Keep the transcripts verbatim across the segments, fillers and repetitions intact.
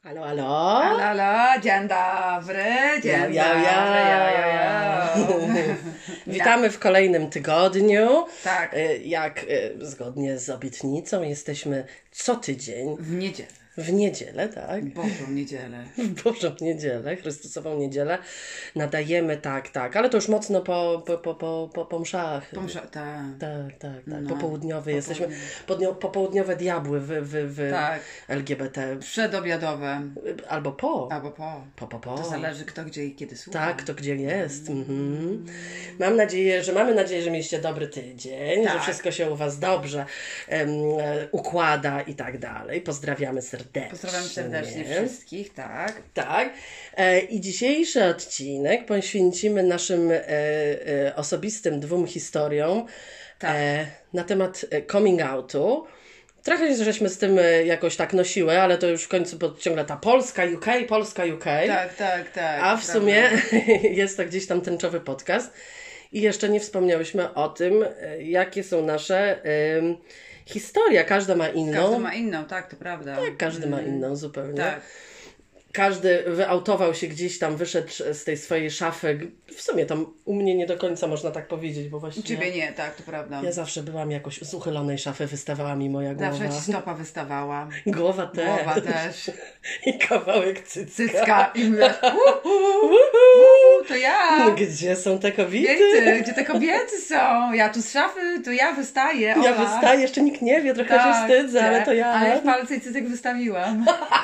Halo, halo. Halo, halo, dzień dobry, dzień Ja, dobry, ja, ja. ja, ja. Witamy w kolejnym tygodniu. Tak. E, Jak e, zgodnie z obietnicą jesteśmy co tydzień W niedzielę. w niedzielę, tak? Bożą niedzielę. W Bożą niedzielę, Chrystusową niedzielę nadajemy, tak, tak, ale to już mocno po, po, po, po, po, po mszach. Pomsza, tak. Tak, tak, tak. No, Popołudniowy jesteśmy. popołudniowy. Podnio, popołudniowe diabły w, w, w Tak. L G B T. Przedobiadowe. Albo po. Albo po. Po, po, po. To zależy kto, gdzie i kiedy słucha. Tak, to gdzie jest. Mhm. Mam nadzieję, że mamy nadzieję, że mieliście dobry tydzień, Tak. że wszystko się u Was dobrze em, e, układa i tak dalej. Pozdrawiamy serdecznie. Pozdrawiam serdecznie wszystkich, tak. Tak. E, I dzisiejszy odcinek poświęcimy naszym e, e, osobistym dwóm historiom Tak. e, na temat e, coming outu. Trochę żeśmy z tym e, jakoś tak nosiły, ale to już w końcu bo ciągle ta Polska, U K, Polska, U K. Tak, tak, tak. A w prawda. sumie jest to gdzieś tam tęczowy podcast. I jeszcze nie wspomniałyśmy o tym, e, jakie są nasze em, historie. Każda ma inną. Każdy ma inną, tak, to prawda. Tak, każdy ma inną zupełnie. Tak. Każdy wyautował się gdzieś tam, wyszedł z tej swojej szafy. W sumie tam u mnie nie do końca można tak powiedzieć, bo U właściwie Ciebie nie, tak, to prawda. ja zawsze byłam jakoś z uchylonej szafy, wystawała mi moja głowa. Zawsze Ci stopa wystawała. Głowa też. Głowa też. I kawałek cycka. Cycka. I mówisz, "Uhu, uhu, to ja. Gdzie są te kobiety? Wiecie, gdzie te kobiety są? Ja tu z szafy, to ja wystaję. Ja Ola. wystaję, jeszcze nikt nie wie, trochę się wstydzę, ale to ja. Ale w palce i cycek wystawiłam.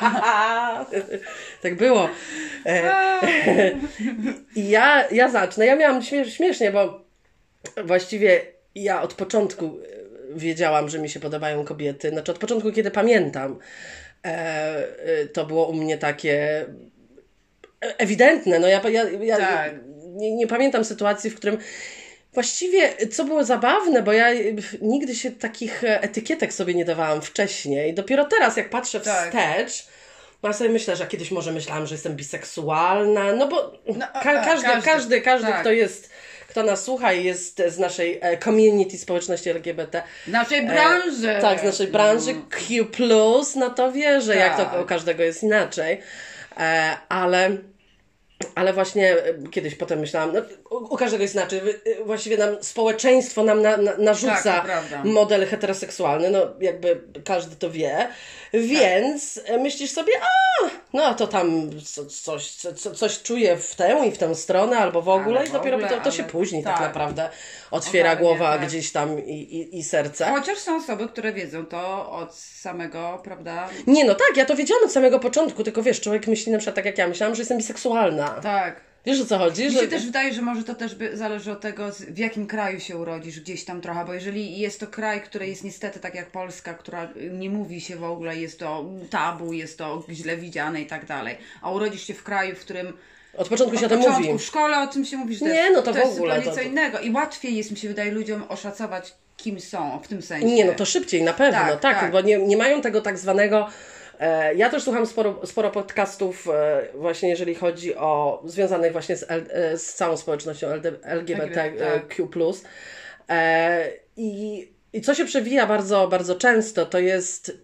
Tak było. E, I ja, ja zacznę. Ja miałam śmiesz, śmiesznie, bo właściwie ja od początku wiedziałam, że mi się podobają kobiety. Znaczy od początku, kiedy pamiętam, e, to było u mnie takie ewidentne. No ja, ja, ja Tak. nie, nie pamiętam sytuacji, w którym właściwie, co było zabawne, bo ja nigdy się takich etykietek sobie nie dawałam wcześniej. Dopiero teraz, jak patrzę Tak. wstecz, ja sobie myślę, że kiedyś może myślałam, że jestem biseksualna, no bo No, a, ka- a, każdy, każdy, każdy, każdy, tak. kto jest, kto nas słucha i jest z naszej e, community społeczności L G B T, Naszej branży. e, tak, z naszej branży Q plus, no to wie, że jak to Tak. u każdego jest inaczej, e, ale... Ale właśnie kiedyś potem myślałam, no, u, u każdego jest inaczej. Właściwie nam społeczeństwo nam na, na, narzuca Tak, to prawda. model heteroseksualny, no jakby każdy to wie, więc myślisz sobie, a no to tam co, coś, co, coś czuję w tę i w tę stronę, albo w ogóle Ale i w dopiero ogóle, to, to się ale- później tak, tak. naprawdę otwiera Ogarnie, głowa tak. gdzieś tam i, i, i serce. Chociaż są osoby, które wiedzą to od samego, prawda? Nie, no tak, ja to wiedziałam od samego początku, tylko wiesz, człowiek myśli na przykład tak jak ja, myślałam, że jestem biseksualna. Tak. Wiesz o co chodzi? Mi Że... się też wydaje, że może to też by zależy od tego, z- w jakim kraju się urodzisz, gdzieś tam trochę, bo jeżeli jest to kraj, który jest niestety tak jak Polska, która nie mówi się w ogóle, jest to tabu, jest to źle widziane i tak dalej, a urodzisz się w kraju, w którym Od początku się o od tym początku mówi. w szkole o czym się mówi, że to Nie, jest, no to w jest ogóle, zupełnie to- co innego i łatwiej jest, mi się wydaje, ludziom oszacować, kim są, w tym sensie. Nie, no to szybciej, na pewno, tak, Tak, tak. bo nie, nie mają tego tak zwanego... E, ja też słucham sporo, sporo podcastów e, właśnie jeżeli chodzi o związanych właśnie z, L, e, z całą społecznością L G B T Q plus. E, i, I co się przewija bardzo, bardzo często, to jest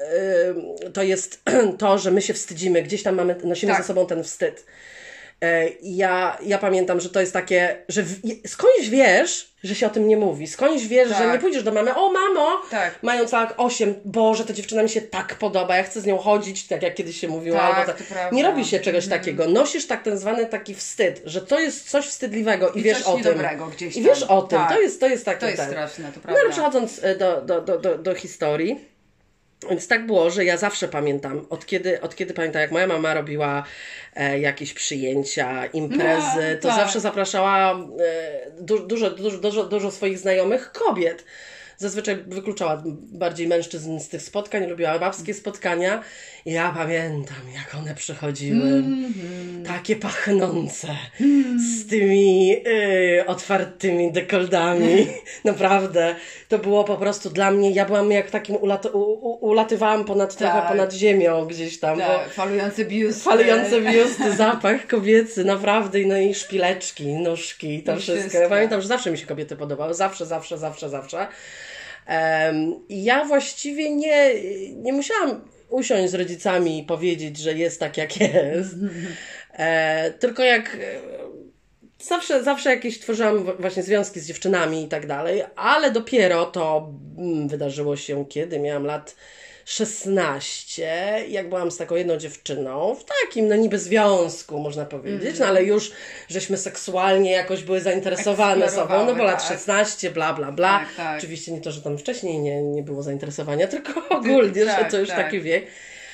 e, to jest to, że my się wstydzimy, gdzieś tam mamy, nosimy Tak. ze sobą ten wstyd. E, Ja, ja pamiętam, że to jest takie, że w, skądś wiesz, że się o tym nie mówi. Skądś wiesz, Tak. że nie pójdziesz do mamy, o mamo, Tak. mając tak osiem, Boże, ta dziewczyna mi się tak podoba, ja chcę z nią chodzić, tak jak kiedyś się mówiło. Tak, albo to prawda. nie robi się czegoś takiego. Nosisz tak ten zwany taki wstyd, że to jest coś wstydliwego i, I wiesz coś o tym. niedobrego gdzieś I wiesz tam. o tym. Tak. To jest, to jest takie To jest ten. straszne, to No prawda. ale przechodząc e, do, do, do, do, do historii, więc tak było, że ja zawsze pamiętam, od kiedy, od kiedy pamiętam, jak moja mama robiła e, jakieś przyjęcia, imprezy, No, to tak. zawsze zapraszała e, du, dużo, dużo, dużo, dużo swoich znajomych kobiet. Zazwyczaj wykluczała bardziej mężczyzn z tych spotkań, lubiła babskie spotkania. I ja pamiętam, jak one przychodziły, Mm-hmm. takie pachnące, z tymi y, otwartymi dekoldami. Naprawdę, to było po prostu dla mnie, ja byłam jak takim, ulat, u, u, ulatywałam ponad, trochę Tak. ponad ziemią gdzieś tam. Bo Tak, falujący biust. falujące biusty, zapach kobiecy, naprawdę, no i szpileczki, nóżki, to I wszystko. wszystko. Ja pamiętam, że zawsze mi się kobiety podobały, zawsze, zawsze, zawsze, zawsze. Um, I ja właściwie nie, nie musiałam usiąść z rodzicami i powiedzieć, że jest tak, jak jest. E, tylko jak... Zawsze, zawsze jakieś tworzyłam właśnie związki z dziewczynami i tak dalej, ale dopiero to mm, wydarzyło się, kiedy miałam lat szesnaście, jak byłam z taką jedną dziewczyną, w takim no niby związku, można powiedzieć, mm. no ale już żeśmy seksualnie jakoś były zainteresowane sobą, no bo lat szesnaście, bla, bla, bla. Tak, tak. Oczywiście nie to, że tam wcześniej nie, nie było zainteresowania, tylko ogólnie, tak, że to już tak. taki wiek.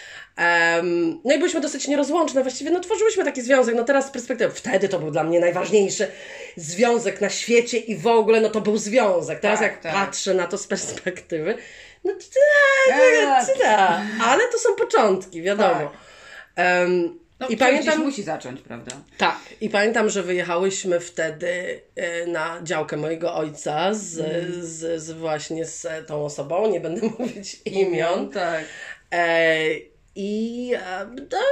Um, no i byliśmy dosyć nierozłączne, właściwie no tworzyłyśmy taki związek, no teraz z perspektywy, wtedy to był dla mnie najważniejszy związek na świecie i w ogóle no to był związek, teraz tak, jak tak. patrzę na to z perspektywy, no to tyle, ale to są początki, wiadomo. Tak. Um, no, i pamiętam, musi zacząć, prawda? Tak, i pamiętam, że wyjechałyśmy wtedy na działkę mojego ojca z, mm. z, z właśnie z tą osobą, nie będę mówić imion. Tak. E, I e,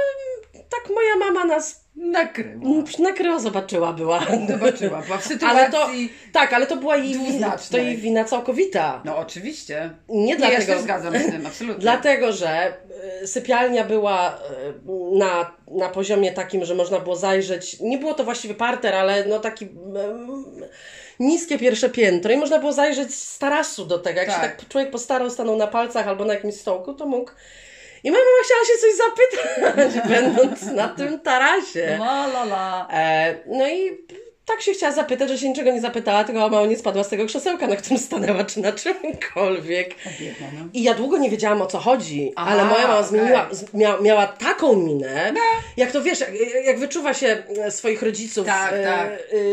tak moja mama nas nakryła. Nakryła, zobaczyła była. Zobaczyła, była w sytuacji ale to, tak, ale to była jej wina, to jej wina całkowita. No oczywiście. Nie Nie, dlatego, ja się zgadzam z tym, absolutnie. Dlatego, że sypialnia była na, na poziomie takim, że można było zajrzeć, nie było to właściwie parter, ale no taki um, niskie pierwsze piętro i można było zajrzeć z tarasu do tego. Jak tak. się tak człowiek postarał, stanął na palcach albo na jakimś stołku, to mógł. I moja mama chciała się coś zapytać, będąc na tym tarasie. La, la, la. E, no i tak się chciała zapytać, że się niczego nie zapytała, tylko mało nie spadła z tego krzesełka, na którym stanęła, czy na czymkolwiek. Biedna, no. I ja długo nie wiedziałam, o co chodzi, Aha, ale moja mama zmieniła, okay. mia, miała taką minę, no. jak to wiesz, jak, jak wyczuwa się swoich rodziców tak, e, tak.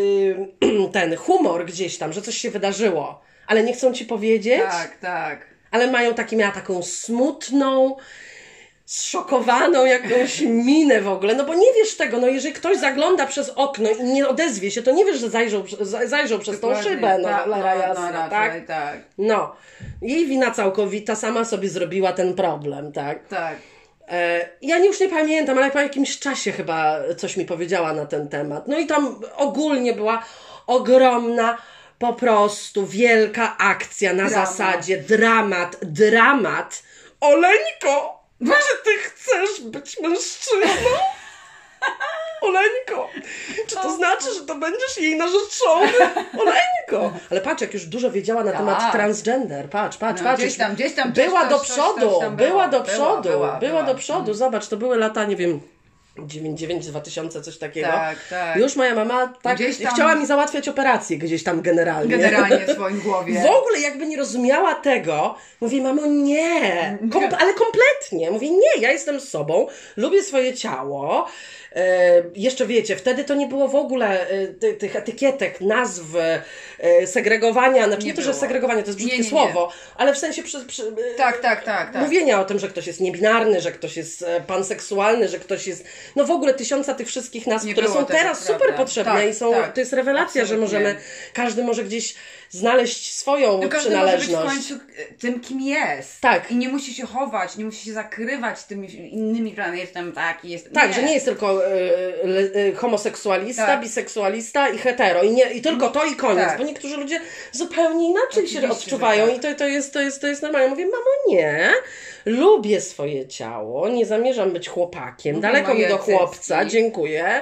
E, ten humor gdzieś tam, że coś się wydarzyło, ale nie chcą ci powiedzieć. Tak, tak. Ale mają taki, miała taką smutną, zszokowaną jakąś minę w ogóle, no bo nie wiesz tego, no jeżeli ktoś zagląda przez okno i nie odezwie się, to nie wiesz, że zajrzał, zajrzał przez tą szybę, no tak, cholera no, jasna, no, tak? tak? No, jej wina całkowita, sama sobie zrobiła ten problem, tak? Tak. E, ja już nie pamiętam, ale po jakimś czasie chyba coś mi powiedziała na ten temat, no i tam ogólnie była ogromna, po prostu wielka akcja na Drama. zasadzie dramat, dramat. Oleńko! Czy ty chcesz być mężczyzną? Oleńko! Czy to znaczy, że to będziesz jej narzeczony? Oleńko! Ale patrz, jak już dużo wiedziała na tak. temat transgender. Patrz, patrz, no, patrz. Gdzieś tam, gdzieś tam. Była coś, do coś, przodu, coś tam była, była do przodu, była, była, była była. do przodu. Zobacz, to były lata, nie wiem, dziewięćdziesiąt dziewięć, dwa tysiące, coś takiego. Tak, tak. Już moja mama tak tam... chciała mi załatwiać operację gdzieś tam generalnie. Generalnie w swoim głowie. W ogóle jakby nie rozumiała tego, mówi, mamo, nie, Kom ale kompletnie. Mówi, nie, ja jestem sobą, lubię swoje ciało. E, jeszcze wiecie, wtedy to nie było w ogóle e, ty, tych etykietek, nazw, e, segregowania, znaczy nie, nie to, że segregowanie to jest brzydkie nie, nie, nie. słowo, ale w sensie przy, przy, e, tak, tak, tak, tak. mówienia o tym, że ktoś jest niebinarny, że ktoś jest e, panseksualny, że ktoś jest, no w ogóle tysiąca tych wszystkich nazw, nie które są teraz super prawda. potrzebne tak, i są, tak, to jest rewelacja, absolutnie. że możemy, każdy może gdzieś znaleźć swoją no, przynależność. Każdy może być w końcu tym, kim jest. Tak. I nie musi się chować, nie musi się zakrywać tymi innymi planami. Jestem taki, jestem... Tak, nie. że nie jest tylko y, y, homoseksualista, tak. biseksualista i hetero. I, nie, i tylko to i koniec. Tak. Bo niektórzy ludzie zupełnie inaczej Oczywiście, się odczuwają tak. i to, to, jest, to, jest, to jest normalne. Mówię, mamo, nie. Lubię swoje ciało, nie zamierzam być chłopakiem. Lubię Daleko mi do chłopca, cycki. Dziękuję.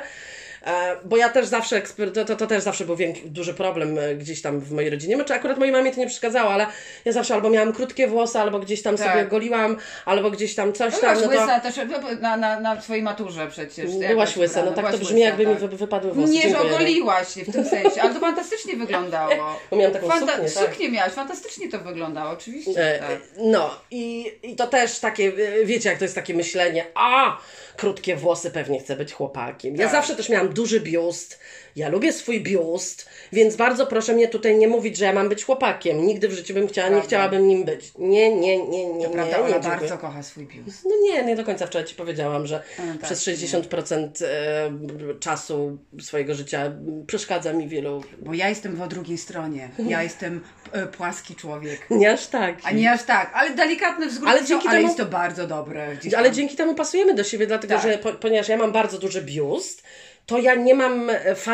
Bo ja też zawsze, to, to, to też zawsze był wielki, duży problem gdzieś tam w mojej rodzinie, czy akurat mojej mamie to nie przeszkadzało, ale ja zawsze albo miałam krótkie włosy, albo gdzieś tam tak. sobie goliłam, albo gdzieś tam coś no tam. No łysa też na, na, na twojej maturze przecież. Byłaś łysa, no tak to brzmi łysa, jakby tak. mi wypadły włosy. Nie, że ogoliłaś się w tym sensie, ale to fantastycznie wyglądało. Bo miałam taką Fanta suknię, tak. Suknię miałaś, fantastycznie to wyglądało, oczywiście. E, tak. No i, i to też takie, wiecie jak to jest takie myślenie, a krótkie włosy, pewnie chcę być chłopakiem. Ja tak. zawsze też miałam duży biust. Ja lubię swój biust, więc bardzo proszę mnie tutaj nie mówić, że ja mam być chłopakiem. Nigdy w życiu bym chciała, prawda. nie chciałabym nim być. Nie, nie, nie, nie, to prawda, nie. Ona nie, bardzo kocha swój biust. No nie, nie do końca wczoraj Ci powiedziałam, że no tak, przez sześćdziesiąt procent nie. czasu swojego życia przeszkadza mi wielu... Bo ja jestem po drugiej stronie. Ja jestem e, płaski człowiek. Nie aż tak. A nie aż tak, ale delikatny wzgórz, ale, dzięki ale temu, jest to bardzo dobre. Ale dzięki temu pasujemy do siebie, dlatego tak. że po, ponieważ ja mam bardzo duży biust, to ja nie mam fazy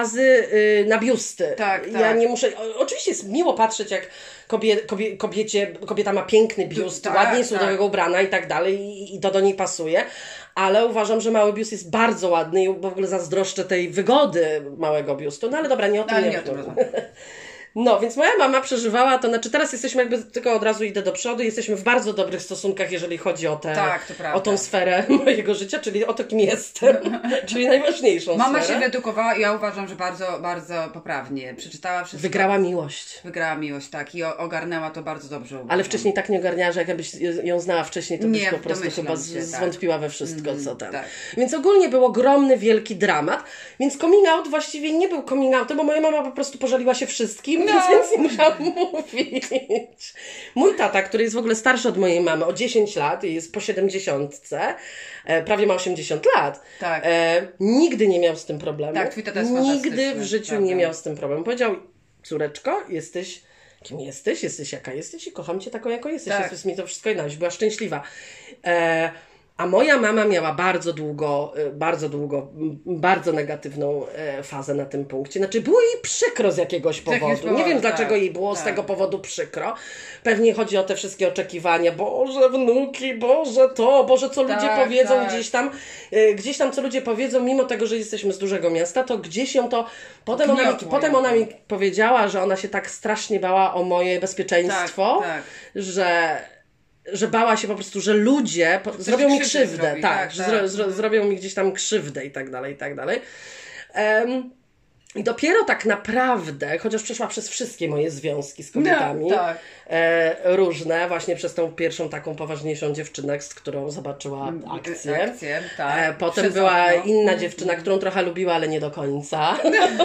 fazy y, na biusty. Tak, ja tak. nie muszę... O, oczywiście jest miło patrzeć, jak kobie, kobie, kobiecie, kobieta ma piękny biust, tak, ładnie jest tak. do tego ubrana i tak dalej i, i to do niej pasuje, ale uważam, że mały biust jest bardzo ładny i w ogóle zazdroszczę tej wygody małego biustu. No ale dobra, nie o tym Ale nie, nie o tym wiem. rozmawiam. No, więc moja mama przeżywała to, znaczy teraz jesteśmy jakby, tylko od razu idę do przodu, jesteśmy w bardzo dobrych stosunkach, jeżeli chodzi o tę, Tak, to prawda. o tą sferę mojego życia, czyli o to, kim jestem, czyli najważniejszą Mama sferę. się wyedukowała i ja uważam, że bardzo, bardzo poprawnie. Przeczytała wszystko. Wygrała miłość. Wygrała miłość, tak. I o- ogarnęła to bardzo dobrze. Uważam. Ale wcześniej tak nie ogarniała, że jakbyś ją znała wcześniej, to byś Nie, po prostu domyślam chyba się, z- tak. zwątpiła we wszystko, Mhm, co tam. tak. Więc ogólnie był ogromny, wielki dramat, więc coming out właściwie nie był coming outem, bo moja mama po prostu pożaliła się wszystkim, No. więc nic nie musiałam mówić. Mój tata, który jest w ogóle starszy od mojej mamy o dziesięć lat i jest po siedemdziesiątce, e, prawie ma osiemdziesiąt lat, Tak. e, nigdy nie miał z tym problemu. Tak, twój tata jest Nigdy fantastyczny, w życiu prawda. nie miał z tym problemu. Powiedział, córeczko, jesteś... Kim jesteś? Jesteś jaka jesteś i kocham cię taką, jaką jesteś. Tak. Jest mi to wszystko jedno. Była szczęśliwa. E, a moja mama miała bardzo długo, e, bardzo długo, m, bardzo negatywną e, fazę na tym punkcie. Znaczy było jej przykro z jakiegoś powodu. jakiegoś Nie powodu, wiem, tak, dlaczego jej było z tak. tego powodu przykro. Pewnie chodzi o te wszystkie oczekiwania. Boże, wnuki, Boże to, Boże, co ludzie Tak, powiedzą tak. gdzieś tam. E, gdzieś tam, co ludzie powiedzą, mimo tego, że jesteśmy z dużego miasta, to gdzieś ją to... Potem ona, mi, Gniotło potem ją ona to. mi powiedziała, że ona się tak strasznie bała o moje bezpieczeństwo, Tak, tak. że, że bała się po prostu, że ludzie po, zrobią mi krzywdę krzywdę, zrobi, tak, tak, że tak. Zro, zro, zrobią mi gdzieś tam krzywdę i tak dalej, i tak dalej. Um, I dopiero tak naprawdę, chociaż przeszła przez wszystkie moje związki z kobietami, No, tak. e, różne, właśnie przez tą pierwszą taką poważniejszą dziewczynę, z którą zobaczyła akcję. Akcję, tak. E, potem Przez była okno. inna dziewczyna, którą trochę lubiła, ale nie do końca.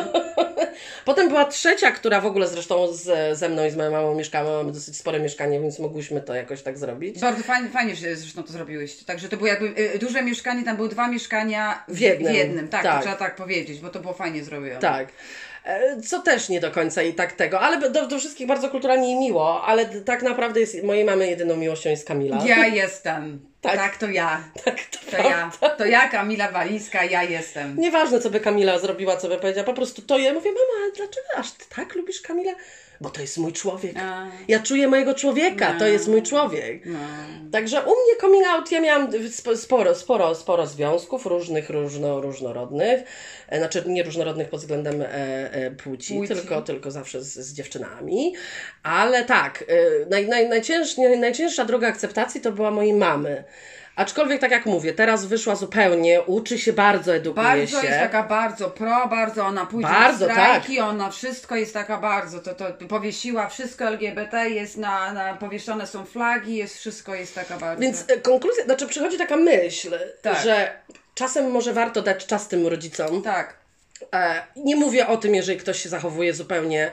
Potem była trzecia, która w ogóle zresztą z, ze mną i z moją mamą mieszkała. Mamy dosyć spore mieszkanie, więc mogłyśmy to jakoś tak zrobić. Bardzo fajnie, fajnie że zresztą to zrobiłyście. Także to było jakby y, duże mieszkanie, tam były dwa mieszkania W jednym. W jednym. Tak, Tak. To trzeba tak powiedzieć, bo to było fajnie zrobione. Tak. E, Co też nie do końca i tak tego, ale do, do wszystkich bardzo kulturalnie i miło, ale d- tak naprawdę jest mojej mamy jedyną miłością jest Kamila. Ja jestem. Tak. Tak, to ja. Tak, to, To ja. To ja, Kamila Walińska, ja jestem. Nieważne, co by Kamila zrobiła, co by powiedziała, po prostu to ja mówię, mama, ale dlaczego aż ty tak lubisz Kamilę? Bo to jest mój człowiek. A. Ja czuję mojego człowieka, No. to jest mój człowiek. No. Także u mnie coming out, ja miałam sp- sporo, sporo, sporo związków, różnych, różno, różnorodnych. E, Znaczy nie różnorodnych pod względem e, e, płci, Płci. Tylko, tylko zawsze z, z dziewczynami. Ale tak, e, naj, naj, najcięż, naj, najcięższa droga akceptacji to była mojej mamy. Aczkolwiek, tak jak mówię, teraz wyszła zupełnie, uczy się bardzo, edukuje Bardzo się. jest taka bardzo pro, bardzo ona pójdzie Bardzo, na strajki, ona wszystko jest taka bardzo, to, to powiesiła wszystko L G B T, jest na, na powieszone są flagi, jest wszystko jest taka bardzo. Więc e, konkluzja, znaczy przychodzi taka myśl, Tak. że czasem może warto dać czas tym rodzicom. Tak. E, nie mówię o tym, jeżeli ktoś się zachowuje zupełnie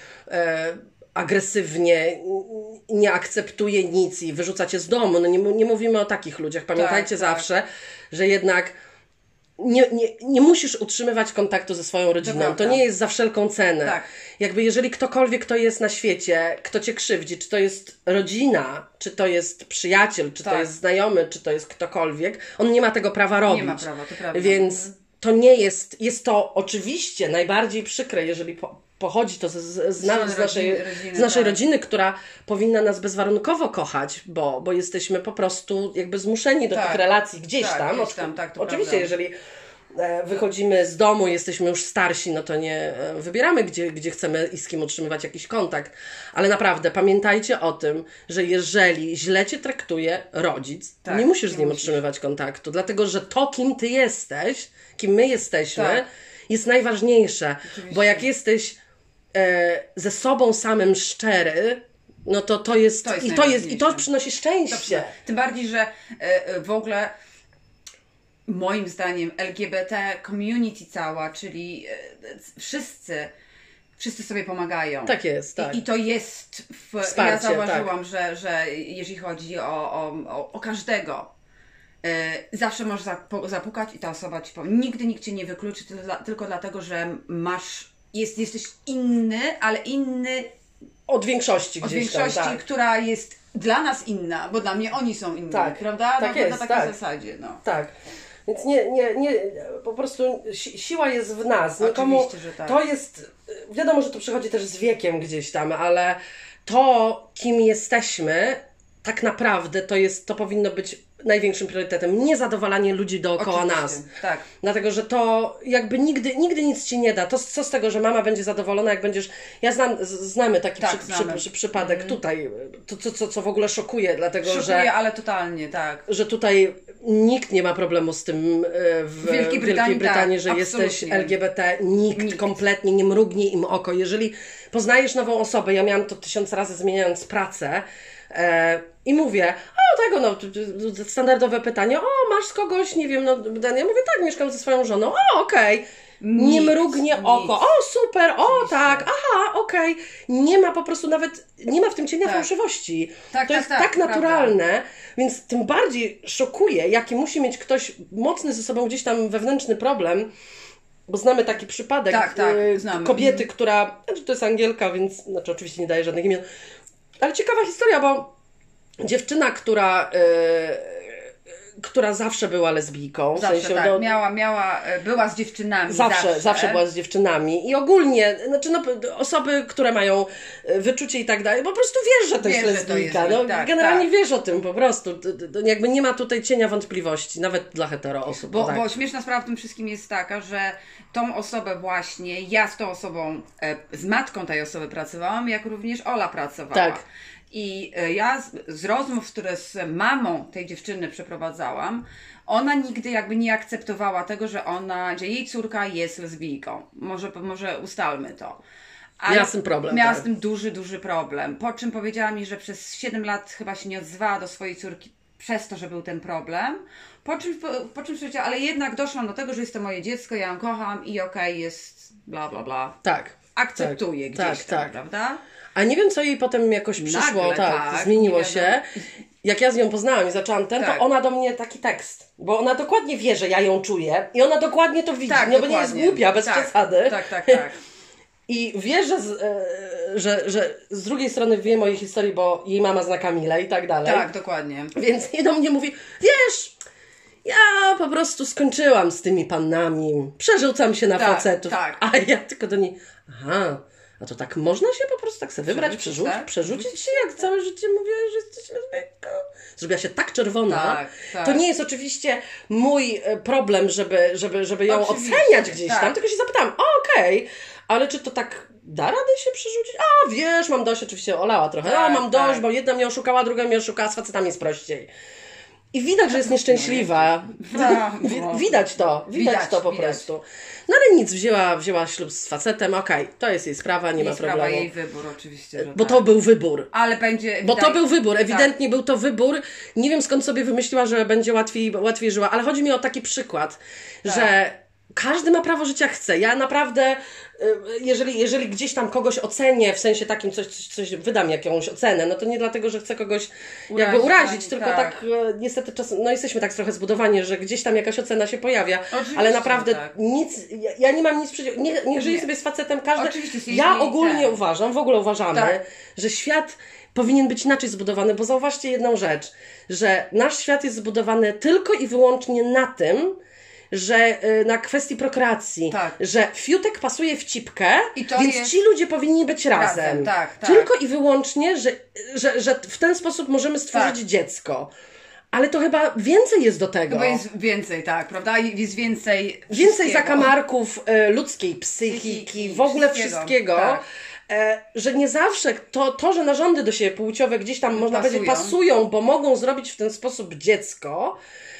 e, agresywnie, n- nie akceptuje nic i wyrzuca cię z domu. No nie, mu- nie mówimy o takich ludziach. Pamiętajcie tak. zawsze, że jednak nie, nie, nie musisz utrzymywać kontaktu ze swoją rodziną. To, prawda. nie jest za wszelką cenę. Tak. Jakby jeżeli ktokolwiek, kto jest na świecie, kto cię krzywdzi, czy to jest rodzina, czy to jest przyjaciel, czy to Tak. jest znajomy, czy to jest ktokolwiek, on nie ma tego prawa robić. ma prawa, to prawda. Więc to nie jest, jest to oczywiście najbardziej przykre, jeżeli po, pochodzi to z, z, z, na, strony z, naszej, rodziny- rodziny, z naszej tak. rodziny, która powinna nas bezwarunkowo kochać, bo, bo jesteśmy po prostu jakby zmuszeni do Tak. tych relacji gdzieś Tak, tam. gdzieś tam, tak, to Oczywiście, prawda. jeżeli e, wychodzimy z domu, jesteśmy już starsi, no to nie e, wybieramy, gdzie, gdzie chcemy i z kim utrzymywać jakiś kontakt. Ale naprawdę pamiętajcie o tym, że jeżeli źle cię traktuje rodzic, Tak, nie musisz z nie nim musisz. utrzymywać kontaktu, dlatego że to, kim ty jesteś, kim my jesteśmy, Tak. jest najważniejsze. Oczywiście. Bo jak jesteś e, ze sobą samym szczery, no to to jest, To jest i, to jest i to najważniejsze. przynosi szczęście. Dobrze. Tym bardziej, że e, w ogóle moim zdaniem L G B T community cała, czyli e, wszyscy, wszyscy sobie pomagają. Tak jest, tak. I, I to jest, w, Wsparcie, ja zauważyłam, że, że jeżeli chodzi o, o, o, o każdego, e, zawsze możesz zapu- zapukać i ta osoba ci powie. Nigdy nikt cię nie wykluczy tylko, dla, tylko dlatego, że masz, jest, jesteś inny, ale inny Od większości od gdzieś większości, tam, tak. która jest dla nas inna, bo dla mnie oni są inni, Tak, prawda? tak no, jest, na takiej tak. zasadzie, no. Tak. Więc nie, nie, nie, po prostu si siła jest w nas. Nikomu, Oczywiście, że tak. To jest, wiadomo, że to przychodzi też z wiekiem gdzieś tam, ale to, kim jesteśmy, tak naprawdę to jest, to powinno być największym priorytetem. Nie zadowalanie ludzi dookoła Oczywiście, nas. tak. Dlatego, że to jakby nigdy, nigdy nic Ci nie da. To co z tego, że mama będzie zadowolona, jak będziesz... Ja znam, z- znamy taki Tak, przy, znamy. Przy, przy, przypadek Mhm. tutaj, to co, co, co w ogóle szokuje, dlatego, Szokuje, że, ale totalnie, tak. że tutaj nikt nie ma problemu z tym e, w Wielkiej Brytanii, Brytanii, tak, że jesteś absolutnie. L G B T. Nikt, Nikt. kompletnie nie mrugnie im oko. Jeżeli poznajesz nową osobę, ja miałam to tysiąc razy zmieniając pracę, e, i mówię, o tego, no, t- t- standardowe pytanie, o, masz kogoś, nie wiem, no, ten. Ja mówię, tak, mieszkam ze swoją żoną, o, okej. Nie Nic, mrugnie nic. oko, o, super, o, Oczywiście. tak, aha, okej. Nie ma po prostu nawet, nie ma w tym cienia Tak. fałszywości. Tak, to tak, jest tak, tak prawda. naturalne, więc tym bardziej szokuje, jaki musi mieć ktoś mocny ze sobą gdzieś tam wewnętrzny problem, bo znamy taki przypadek Tak, tak, y, znamy. kobiety, Mhm. która, znaczy to jest Angielka, więc, znaczy oczywiście nie daje żadnych imion, ale ciekawa historia, bo dziewczyna, która, y, która zawsze była lesbijką, Zawsze w sensie, tak, no, miała, miała, e, była z dziewczynami. Zawsze, Zawsze, zawsze była z dziewczynami i ogólnie, znaczy no, osoby, które mają e, wyczucie i tak dalej, po prostu wiesz, że to Wiesz, jest że to lesbijka, jest, no, tak, generalnie tak. wiesz o tym po prostu, to, to, to jakby nie ma tutaj cienia wątpliwości, nawet dla hetero osób. Bo, tak. bo śmieszna sprawa w tym wszystkim jest taka, że tą osobę właśnie, ja z tą osobą, e, z matką tej osoby pracowałam, jak również Ola pracowała. Tak. I e, ja z, z rozmów, które z mamą tej dziewczyny przeprowadzałam, ona nigdy jakby nie akceptowała tego, że ona, że jej córka jest lesbijką. Może, może ustalmy to. Ale Miała z tym problem, Miała tak. z tym duży, duży problem. Po czym powiedziała mi, że przez siedem lat chyba się nie odzwała do swojej córki przez to, że był ten problem. Po czym, po, po czym powiedziała, ale jednak doszłam do tego, że jest to moje dziecko, ja ją kocham i okej, jest bla, bla, bla. Tak. Akceptuje tak, gdzieś tak, tam, tak. prawda? A nie wiem, co jej potem jakoś przyszło, Nagle, tak, tak, zmieniło nie się. wiadomo. Jak ja z nią poznałam i zaczęłam ten, Tak. to ona do mnie taki tekst, bo ona dokładnie wie, że ja ją czuję i ona dokładnie to widzi, Tak, no bo nie jest dokładnie. głupia, bez tak, przesady. Tak, tak, tak. I wie, że z, e, że, że z drugiej strony wie mojej historii, bo jej mama zna Kamilę i tak dalej. Tak, dokładnie. Więc i do mnie mówi, wiesz, ja po prostu skończyłam z tymi pannami, przerzucam się na Tak, facetów. tak. A ja tylko do niej, aha, a to tak można się po prostu tak sobie wybrać, Przerzucić, przerzucić, tak? przerzucić się, jak całe życie mówiłaś, że jesteś lesbijką. Zrobiła się tak czerwona. Tak, tak. To nie jest oczywiście mój e, problem, żeby, żeby, żeby ją Oczywiście, oceniać gdzieś tak. tam, tylko się zapytałam, o, okej, ale czy to tak da radę się przerzucić? A, wiesz, mam dość, oczywiście olała trochę, Tak, a, mam dość, tak. bo jedna mnie oszukała, druga mnie oszukała, z facetami jest prościej. I widać, że jest nieszczęśliwa. Tak, Wi- no. widać to, widać, Widać, to po widać. prostu. No ale nic, wzięła, wzięła ślub z facetem, okej, to jest jej sprawa, nie Jej ma sprawa, problemu. jej wybór oczywiście, że Bo tak. to był wybór. Ale będzie... Bo to wydaje- był wybór, tak. ewidentnie był to wybór. Nie wiem, skąd sobie wymyśliła, że będzie łatwiej, łatwiej żyła, ale chodzi mi o taki przykład, Tak. że każdy ma prawo życia chce. Ja naprawdę, y, jeżeli, jeżeli gdzieś tam kogoś ocenię, w sensie takim coś, coś, coś wydam jakąś ocenę, no to nie dlatego, że chcę kogoś jakby Urazić, urazić, tak, tylko tak. tak, e, niestety czasem, no jesteśmy tak trochę zbudowani, że gdzieś tam jakaś ocena się pojawia, Oczywiście, ale naprawdę tak. nic, ja, ja nie mam nic przeciwko, nie, niech żyje Nie. sobie z facetem każdy. Oczywiście, z Ja jej- ogólnie ten. uważam, w ogóle uważamy, Tak. że świat powinien być inaczej zbudowany, bo zauważcie jedną rzecz, że nasz świat jest zbudowany tylko i wyłącznie na tym, że y, na kwestii prokreacji, Tak. że fiutek pasuje w cipkę, I to więc jest- ci ludzie powinni być razem. Razem, tak, tak. Tylko i wyłącznie, że, że, że w ten sposób możemy stworzyć Tak. dziecko. Ale to chyba więcej jest do tego. Chyba jest więcej, tak, prawda? I jest więcej Więcej wszystkiego. zakamarków y, ludzkiej psychiki, Psychiki, w ogóle wszystkiego, wszystkiego. tak. E, że nie zawsze to, to, że narządy do siebie płciowe gdzieś tam, można Pasują. powiedzieć, pasują, bo mogą zrobić w ten sposób dziecko,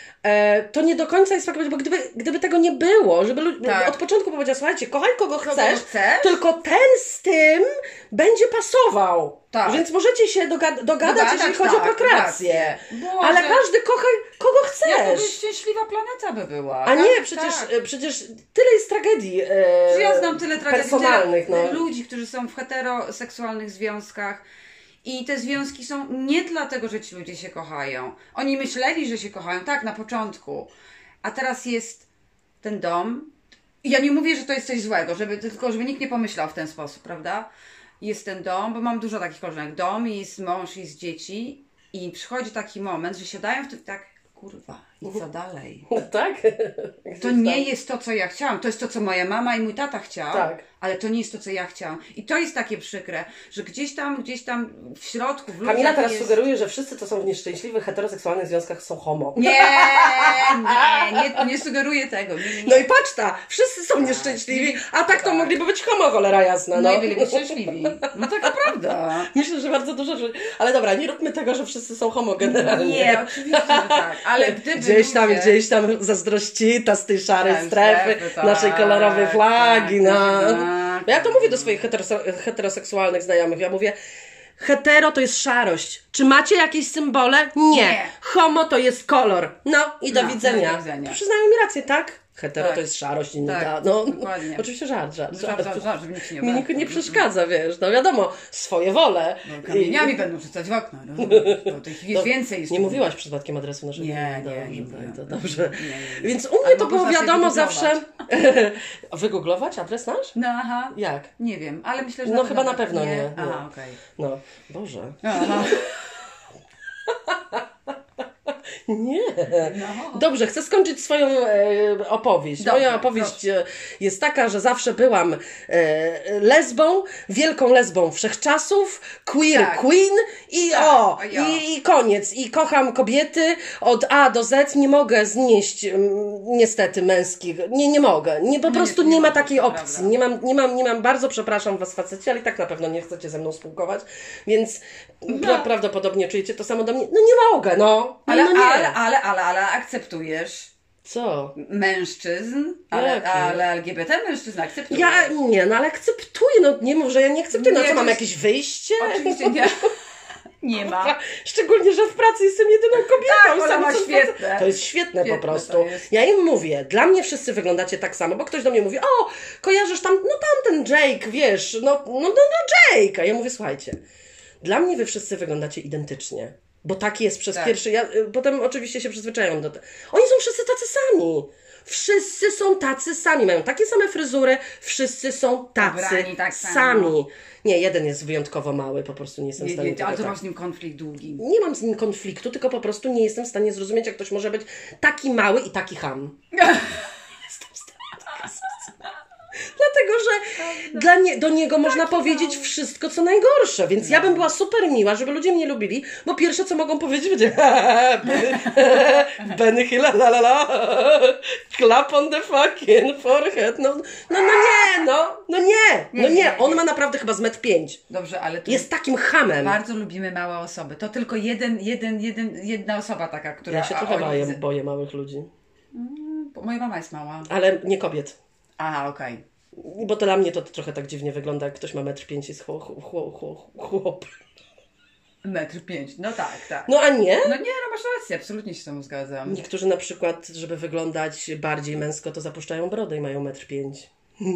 e, to nie do końca jest fakt, bo gdyby, gdyby tego nie było, żeby lu- Tak. od początku powiedział, słuchajcie, kochaj kogo Kogo chcesz, chcesz? tylko ten z tym będzie pasował. Tak. Więc możecie się doga- dogadać, Dogadać, jeżeli chodzi tak, o prokreację. Boże. Ale każdy kochaj kogo Jakaby chcesz. szczęśliwa planeta by była. A nie, Tak, przecież, tak. e, przecież tyle jest tragedii e, Że ja znam tyle tragedii, personalnych. tyle No. ludzi, którzy są w heteroseksualnych związkach i te związki są nie dlatego, że ci ludzie się kochają. Oni myśleli, że się kochają, tak, na początku. A teraz jest ten dom. I ja nie mówię, że to jest coś złego, żeby, tylko żeby nikt nie pomyślał w ten sposób, prawda? Jest ten dom, bo mam dużo takich koleżanek. Dom, jest mąż, jest dzieci i przychodzi taki moment, że siadają w tym tak, kurwa, I co dalej? Tak? To nie jest to, co ja chciałam. To jest to, co moja mama i mój tata chciał, tak. ale to nie jest to, co ja chciałam. I to jest takie przykre, że gdzieś tam, gdzieś tam w środku, w ludziach Kamila teraz jest... sugeruje, że wszyscy, co są w nieszczęśliwych, heteroseksualnych związkach, są homo. Nie, nie, nie, nie sugeruję tego. Nie, nie, nie. No i patrz ta, wszyscy są nieszczęśliwi, a tak to tak. mogliby być homo, cholera jasna. No, no i byliby szczęśliwi. No taka prawda. Myślę, że bardzo dużo rzeczy. Ale dobra, nie róbmy tego, że wszyscy są homo generalnie. Nie, oczywiście, że tak. Ale gdyby Gdzieś tam, ludzie... gdzieś tam zazdrościta z tej szarej Tak, strefy, strefy, tak, naszej kolorowej flagi. tak, no. tak, Ja to mówię do swoich heterose- heteroseksualnych znajomych. Ja mówię, hetero to jest szarość. Czy macie jakieś symbole? Nie. Nie. Homo to jest kolor. No i do No, widzenia. do widzenia. Przyznają mi rację, tak? Hetero Tak. to jest szarość, inni Tak, ta, no. dokładnie. Oczywiście żart, żart. Żart, żart, żart, żeby nikt się nie Mi obraził. nikt nie przeszkadza, wiesz, no wiadomo, swoje wole. No, kamieniami I- będą rzucać w okno, rozumiesz? Bo tych jest To więcej jeszcze. Nie mówiłaś przypadkiem adresu naszego? Nie, dobrze, nie, nie tak, mówiłam. to dobrze. Nie, nie, nie. Więc u mnie Ale to mogę było sobie wiadomo wygooglować. zawsze. Wygooglować adres nasz? No aha. Jak? Nie wiem, ale myślę, że... No chyba na pewno nie. Aha, okej. No, Boże. Aha. Nie. No. Dobrze, chcę skończyć swoją e, opowieść. Dobrze, Moja opowieść e, jest taka, że zawsze byłam e, lesbą, wielką lesbą wszechczasów, queer Tak. queen i Tak, o, o, jo. i, i koniec. I kocham kobiety od A do Z. Nie mogę znieść mm, niestety męskich. Nie, nie mogę. Nie, po No prostu nie, nie, nie ma mogę, takiej to opcji. prawda. Nie mam, nie, mam, nie mam, bardzo przepraszam was faceci, ale i tak na pewno nie chcecie ze mną spółkować, więc pra, prawdopodobnie czujecie to samo do mnie. No nie mogę, no. No, Ale, no nie. ale, ale, ale, ale akceptujesz Co? mężczyzn, ale, Jaki? ale L G B T mężczyzn akceptujesz. Ja nie, no ale akceptuję, no nie mów, że ja nie akceptuję, no Nie, co, to mam jest- jakieś wyjście? Oczywiście nie. Nie ma. Szczególnie, że w pracy jestem jedyną kobietą. Tak, Ola sam ma co- świetne. To jest świetne, Świetne po prostu. to jest. Ja im mówię, dla mnie wszyscy wyglądacie tak samo, bo ktoś do mnie mówi, o, kojarzysz tam, no tamten Jake, wiesz, no, no, no, no Jake. A ja mówię, słuchajcie, dla mnie wy wszyscy wyglądacie identycznie. Bo tak jest przez Tak. pierwszy, ja y, potem oczywiście się przyzwyczajam do tego. Oni są wszyscy tacy sami. Wszyscy są tacy sami, mają takie same fryzury, wszyscy są tacy Ubrani tak samo. sami. Nie, jeden jest wyjątkowo mały, po prostu nie jestem w Nie, stanie nie, tego ale to tak. masz z nim konflikt długi. Nie mam z nim konfliktu, tylko po prostu nie jestem w stanie zrozumieć, jak ktoś może być taki mały i taki ham. Jestem w stanie tego zrozumieć. Dlatego, że dla nie, do niego można powiedzieć wszystko, co najgorsze, więc ja bym była super miła, żeby ludzie mnie lubili, bo pierwsze, co mogą powiedzieć, będzie Benny, Benny Hill, la la la, clap on the fucking forehead, no, no, no nie, no, no nie, no nie, on ma naprawdę chyba z metr pięć. Dobrze, ale tu Jest takim hamem. bardzo lubimy małe osoby. To tylko jeden, jeden, jeden, jedna osoba taka, która... Ja się a trochę oni- boję, boję małych ludzi, Bo Moja mama jest mała. ale nie kobiet. Aha, okej. Bo to dla mnie to trochę tak dziwnie wygląda, jak ktoś ma metr pięć i jest chłop, chłop, chłop, chłop. Metr pięć. No tak, tak. No a nie? No nie, no masz rację, absolutnie się z tym zgadzam. Niektórzy na przykład, żeby wyglądać bardziej męsko, to zapuszczają brodę i mają metr pięć.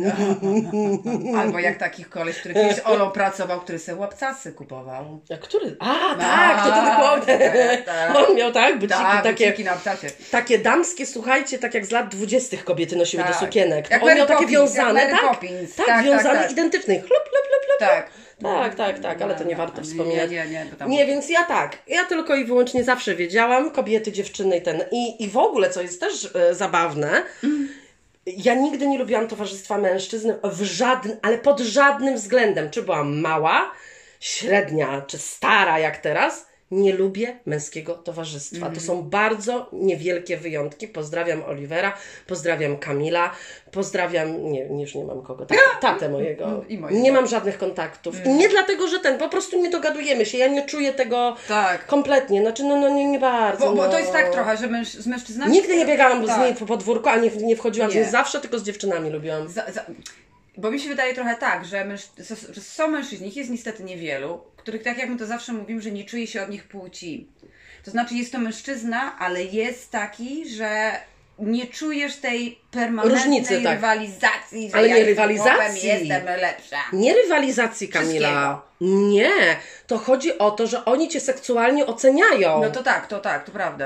Albo jak takich koleś, który kiedyś z Olą pracował, który sobie łapcasy kupował. A który? A, tak, to to dokładnie. tak, tak. On miał tak, buciki Tak, takie, buciki na ptacie. takie damskie, słuchajcie, tak jak z lat dwudziestych kobiety nosiły Tak. do sukienek. Jak On Mary miał takie Poppins, wiązane, jak Mary tak? Poppins. Tak, Tak, tak, wiązane, tak. identyczne. Chlup, chlup, chlup, chlup. Tak. Tak, tak, tak, ale to nie No, warto nie, wspominać. Nie, nie, nie. Bo tam... Nie, więc ja tak, ja tylko i wyłącznie zawsze wiedziałam, kobiety, dziewczyny i ten, i, i w ogóle, co jest też e, zabawne, Mm. ja nigdy nie lubiłam towarzystwa mężczyzn w żadnym, ale pod żadnym względem, czy byłam mała, średnia, czy stara jak teraz, nie lubię męskiego towarzystwa. Mm. To są bardzo niewielkie wyjątki. Pozdrawiam Olivera, pozdrawiam Kamila, pozdrawiam, nie, już nie mam kogo, tatę, tatę mojego. I mojego. Nie mam żadnych kontaktów. I nie dlatego, że ten, po prostu nie dogadujemy się. Ja nie czuję tego Tak. kompletnie. Znaczy, no, no nie, nie bardzo. Bo, bo no. to jest tak trochę, że męż, z mężczyznami... Nigdy nie biegałam tak. z niej po podwórku, ani nie wchodziłam z Nie. niej zawsze, tylko z dziewczynami lubiłam. Za, za, bo mi się wydaje trochę tak, że, męż, że są mężczyźni, ich jest niestety niewielu, których, tak jak my to zawsze mówimy, że nie czuje się od nich płci. To znaczy jest to mężczyzna, ale jest taki, że nie czujesz tej permanentnej Różnicy, tak. rywalizacji, że Ale ja nie jestem rywalizacji. chłopem, jestem lepsza. Nie rywalizacji, Kamila. Nie. To chodzi o to, że oni cię seksualnie oceniają. No to tak, to tak, to prawda.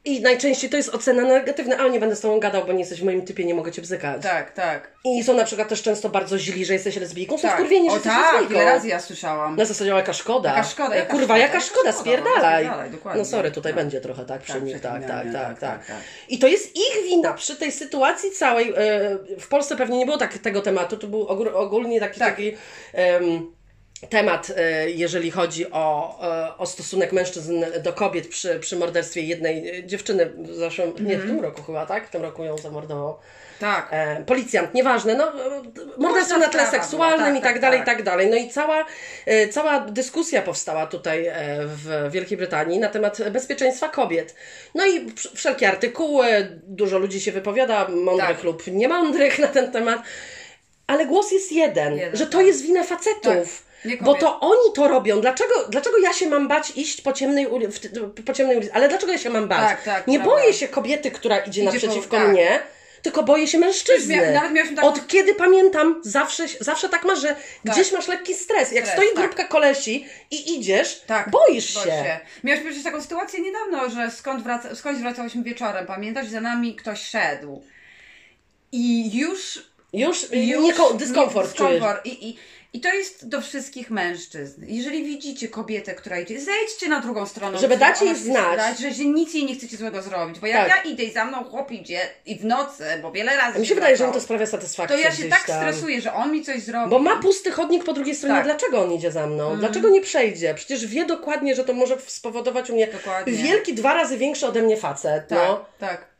I najczęściej to jest ocena negatywna, a nie będę z tobą gadał, bo nie jesteś w moim typie, nie mogę cię bzykać. Tak, tak. I są na przykład też często bardzo źli, że jesteś lesbijką, są tak. wkurwieni, że o, jesteś tak, lesbijką. ile razy ja słyszałam. Na zasadzie, o, jaka szkoda. Jaka szkoda, jaka Kurwa, szkoda, jaka jaka szkoda, szkoda, spierdalaj. spierdalaj, dokładnie. No sorry, tutaj tak. będzie trochę tak przy tak, nich, tak, tak, tak, tak, tak, tak. I to jest ich wina przy tej sytuacji całej. W Polsce pewnie nie było tak, tego tematu, to był ogólnie taki, tak. taki um, temat, jeżeli chodzi o, o stosunek mężczyzn do kobiet przy, przy morderstwie jednej dziewczyny w zeszłym, mm-hmm. nie w tym roku chyba, tak? W tym roku ją zamordował. Tak. E, policjant, nieważne, no morderstwo na tle seksualnym tak, i tak, tak dalej, tak. i tak dalej. No i cała, e, cała dyskusja powstała tutaj e, w Wielkiej Brytanii na temat bezpieczeństwa kobiet. No i wszelkie artykuły, dużo ludzi się wypowiada, mądrych tak. lub niemądrych na ten temat, ale głos jest jeden, jeden że to tak. jest wina facetów. Tak. Bo to oni to robią. Dlaczego, dlaczego ja się mam bać iść po ciemnej, uli- w, po ciemnej ulicy? Ale dlaczego ja się mam bać? Tak, tak, nie prawda. boję się kobiety, która idzie, idzie naprzeciwko po, tak. mnie, tylko boję się mężczyzny. Mia- nawet taką... Od kiedy pamiętam, zawsze, zawsze tak masz, że tak. gdzieś masz lekki stres. Jak stres, stoi tak. grupka kolesi i idziesz, tak. boisz się. się. Miałeś przecież taką sytuację niedawno, że skąd wraca, skądś wracałyśmy wieczorem, pamiętasz? Za nami ktoś szedł. I już... Już, już nie, dyskomfort czujesz. I, i, I to jest do wszystkich mężczyzn. Jeżeli widzicie kobietę, która idzie, zejdźcie na drugą stronę. Żeby dać jej znać. Dać, że nic jej nie chcecie złego zrobić. Bo jak tak. ja idę i za mną chłop idzie i w nocy, bo wiele razy... A mi się wydaje, że mi to sprawia satysfakcję. To ja się tak tam. stresuję, że on mi coś zrobi. Bo ma pusty chodnik po drugiej stronie. Tak. Dlaczego on idzie za mną? Mm. Dlaczego nie przejdzie? Przecież wie dokładnie, że to może spowodować u mnie dokładnie. wielki, dwa razy większy ode mnie facet. Tak, no. tak.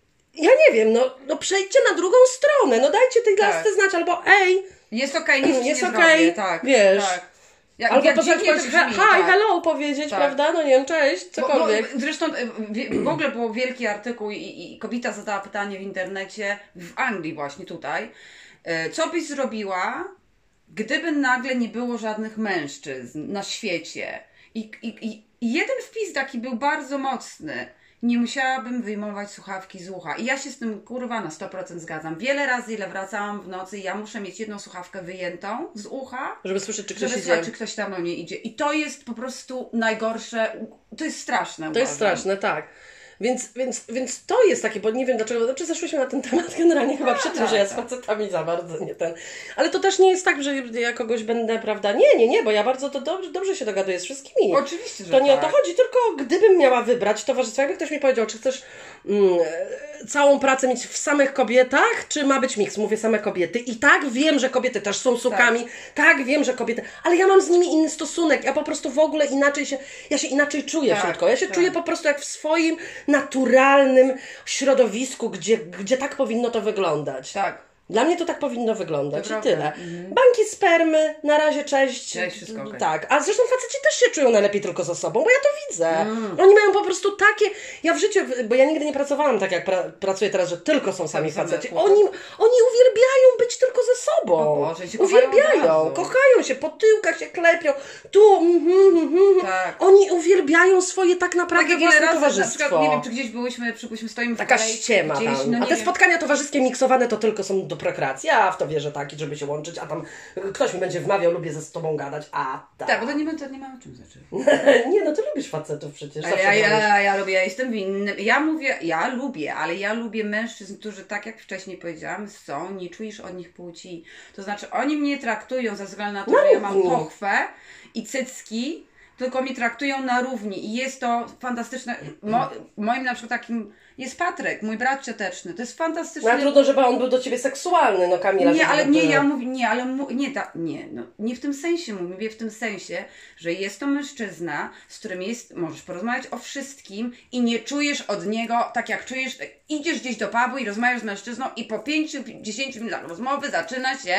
Ja nie wiem, no, no przejdźcie na drugą stronę, no dajcie tej tak. lasce znać, albo ej, jest okej, okay, nic jest nie okej, zrobię, tak, wiesz, tak. Jak, albo jak potem powiedzieć hi, tak. hello powiedzieć, tak. prawda, no nie wiem, cześć, cokolwiek. Bo, bo, zresztą w, w ogóle był wielki artykuł i, i kobieta zadała pytanie w internecie, w Anglii właśnie tutaj, co byś zrobiła, gdyby nagle nie było żadnych mężczyzn na świecie? I, i, i jeden wpis taki był bardzo mocny. Nie musiałabym wyjmować słuchawki z ucha. I ja się z tym, kurwa, na sto procent zgadzam. Wiele razy, ile wracałam w nocy, ja muszę mieć jedną słuchawkę wyjętą z ucha, żeby słyszeć, czy ktoś żeby idzie. Słuchać, czy ktoś tam do mnie idzie. I to jest po prostu najgorsze. To jest straszne. To uważam. jest straszne, tak. Więc, więc, więc to jest takie, bo nie wiem dlaczego, znaczy zeszłyśmy na ten temat generalnie chyba przy tym, że ja z facetami za bardzo nie ten. Ale to też nie jest tak, że ja kogoś będę, prawda, nie, nie, nie, bo ja bardzo to dobrze, dobrze się dogaduję z wszystkimi. Oczywiście, że To nie tak. o to chodzi, tylko gdybym miała wybrać towarzystwo, jakby ktoś mi powiedział, czy chcesz mm, całą pracę mieć w samych kobietach, czy ma być miks, mówię same kobiety. I tak wiem, że kobiety też są sukami, tak, tak wiem, że kobiety, ale ja mam z nimi inny stosunek, ja po prostu w ogóle inaczej się, ja się inaczej czuję tak, wszystko, ja się tak. czuję po prostu jak w swoim naturalnym środowisku, gdzie, gdzie tak powinno to wyglądać. Tak. Dla mnie to tak powinno wyglądać to i tyle. Mhm. Banki spermy, na razie cześć. Cześć, wszystko okay. Tak, a zresztą faceci też się czują najlepiej tylko ze sobą, bo ja to widzę. Mm. Oni mają po prostu takie... Ja w życiu, bo ja nigdy nie pracowałam tak jak pra, pracuję teraz, że tylko są sami same faceci. same. Oni, oni uwielbiają być tylko ze sobą. O Boże, się uwielbiają, kochają się, po tyłkach się klepią, tu, mm, mm, mm. Tak. Oni uwielbiają swoje tak naprawdę tak własne razy, towarzystwo. Na przykład, nie wiem, czy gdzieś byłyśmy, przypuśćmy, stoimy w Taka kolejce, ściema gdzieś, tam. no A te wiem. spotkania towarzyskie miksowane to tylko są do prokreacji. Ja w to wierzę tak, żeby się łączyć, a tam ktoś mi będzie wmawiał, lubię ze z tobą gadać, a tak. Tak, bo to nie, to nie ma o czym zacząć. Nie, no ty lubisz facetów przecież. Ja, ja, ja, ja lubię, ja jestem winny. Ja mówię, ja lubię, ale ja lubię mężczyzn, którzy tak jak wcześniej powiedziałam, są, nie czujesz od nich płci. To znaczy oni mnie traktują ze względu na to, na że ja mam równi. pochwę i cycki, tylko mnie traktują na równi i jest to fantastyczne. Mo, moim na przykład takim jest Patryk, mój brat cioteczny. To jest fantastyczne. No trudno, żeby on był do ciebie seksualny, no Kamila. Nie, ale nie, ja mówię, nie, ale mu, nie, ta, nie, no, nie w tym sensie mówię, w tym sensie, że jest to mężczyzna, z którym jest, możesz porozmawiać o wszystkim i nie czujesz od niego, tak jak czujesz, idziesz gdzieś do pubu i rozmawiasz z mężczyzną i po pięciu, dziesięciu minutach rozmowy zaczyna się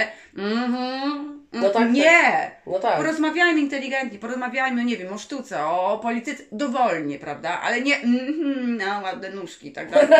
mhm, no tak, nie, tak. No tak. Porozmawiajmy inteligentnie, porozmawiajmy, nie wiem, o sztuce, o polityce, dowolnie, prawda, ale nie mhm, no ładne nóżki, tak dalej,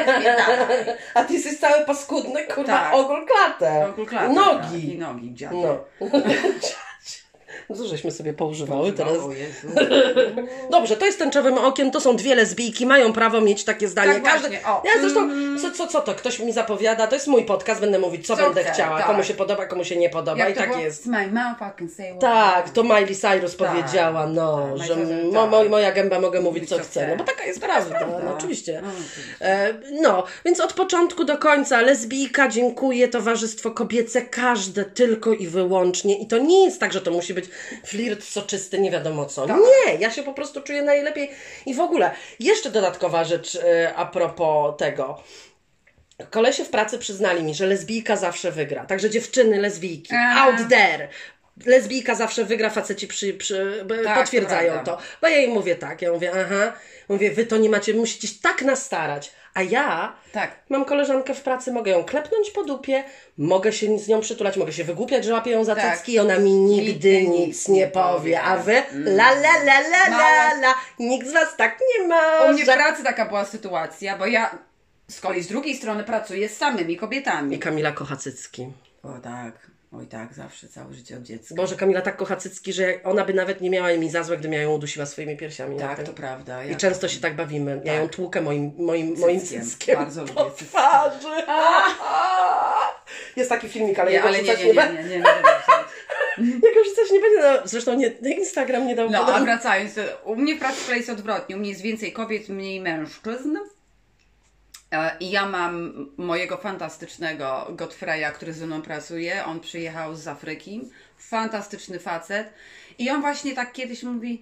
a ty jesteś cały paskudny, kurwa, tak. ogól klatę. Ogól klatę, nogi. Tak, i nogi, dziadzie. No. Co żeśmy sobie poużywały Poużywało, teraz. o Jezu. Dobrze, to jest tęczowym okiem, to są dwie lesbijki, mają prawo mieć takie zdanie. Tak Każdy... właśnie, o. Ja zresztą, co, co, co to? Ktoś mi zapowiada, to jest mój podcast, będę mówić, co, Co będę chcę, chciała, tak. komu się podoba, komu się nie podoba Jak i to tak było? jest. It's my mouth, I can say what I Tak, want. to Miley Cyrus Tak, powiedziała, no, tak, że Miley Cyrus, mo, tak. mo, moja gęba mogę mówić, Mówić, co co chcę, chcę. no bo taka jest Taka jest prawda, prawda. no oczywiście. No, oczywiście. E, no, więc od początku do końca lesbijka, dziękuję, towarzystwo kobiece, każde tylko i wyłącznie i to nie jest tak, że to musi być flirt soczysty, nie wiadomo co. Tak. Nie, ja się po prostu czuję najlepiej i w ogóle, jeszcze dodatkowa rzecz e, a propos tego. Kolesie w pracy przyznali mi, że lesbijka zawsze wygra. Także dziewczyny, lesbijki, Aha. out there. Lesbijka zawsze wygra, faceci przy, przy, b- Tak, potwierdzają prawda. to. Bo ja jej mówię tak, ja mówię, aha, mówię, wy to nie macie, musicie się tak nastarać. A ja Tak. mam koleżankę w pracy, mogę ją klepnąć po dupie, mogę się z nią przytulać, mogę się wygłupiać, że łapię ją za Tak. cycki i ona mi nigdy Nigdy nic nic nie nie powie. powie. A wy, la la la la la Mała- la, nikt z was tak nie ma. U mnie w pracy taka była sytuacja, bo ja z kolei z drugiej strony pracuję z samymi kobietami. I Kamila kocha cycki. O tak, oj tak, zawsze, całe życie od dziecka. Boże, Kamila tak kocha cycki, że ona by nawet nie miała mi za złe, gdyby ja ją udusiła swoimi piersiami. na Tak, tym. to prawda. I Ja często się tak bawimy. Ja Tak. ją tłukę moim, moim, moim Cyckiem. cyckiem Bardzo lubię po cycki. twarzy. Jest taki filmik, ale Nie, jego ale nie, wrzucać nie, nie, nie, będę. nie, nie, nie, nie, nie. Jego wrzucać nie będzie. No, zresztą nie, Instagram nie dał No, a podać. wracając, to u mnie w pracy jest odwrotnie. U mnie jest więcej kobiet, mniej mężczyzn. E, I ja mam mojego fantastycznego Godfreya, który ze mną pracuje. On przyjechał z Afryki. Fantastyczny facet. I on właśnie tak kiedyś mówi: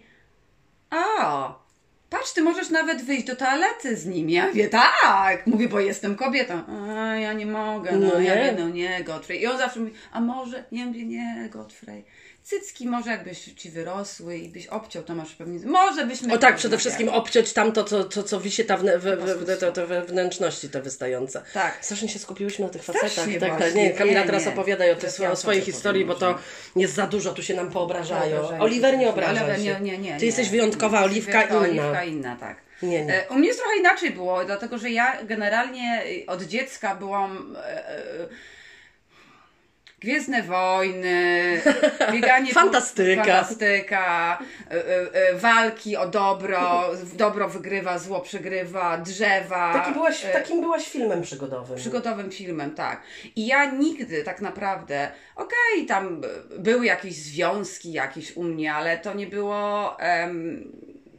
a, patrz, ty możesz nawet wyjść do toalety z nim. Ja mówię, tak. Mówię, bo jestem kobietą. A, ja nie mogę. No, No ja nie. mówię, no nie, Godfrey. I on zawsze mówi, a może? Ja mówię, nie, Godfrey. Cycki może jakbyś ci wyrosły i byś obciął, to masz pewnie... Może byśmy... O tak, przede wszystkim obciąć tamto, co, co, co wisi ta wne, we, we, we, to, to we wnętrzności te wystające. Tak. Strasznie się skupiłyśmy na tych facetach. Strasznie I tak, tak. właśnie, Nie, Kamila, nie, teraz nie. opowiadaj o, tych, Teraz swo- ja o swojej sobie historii, bo powiem, to jest za dużo, tu się nam poobrażają. Poobrażają. Oliver, nie obrażaj Oliver, się. nie, nie, nie, Ty nie. jesteś wyjątkowa, Jesteś Oliwka wyjątkowa, inna. Oliwka inna, tak. Nie, nie. E, U mnie jest trochę inaczej było, dlatego że ja generalnie od dziecka byłam... E, e, Gwiezdne Wojny, bieganie... Fantastyka. Fantastyka, e, e, e, walki o dobro, dobro wygrywa, zło przegrywa, drzewa. Taki byłaś, e, takim byłaś filmem przygodowym. Przygodowym filmem, tak. I ja nigdy tak naprawdę, okej, tam b- były jakieś związki jakieś u mnie, ale to nie było... em,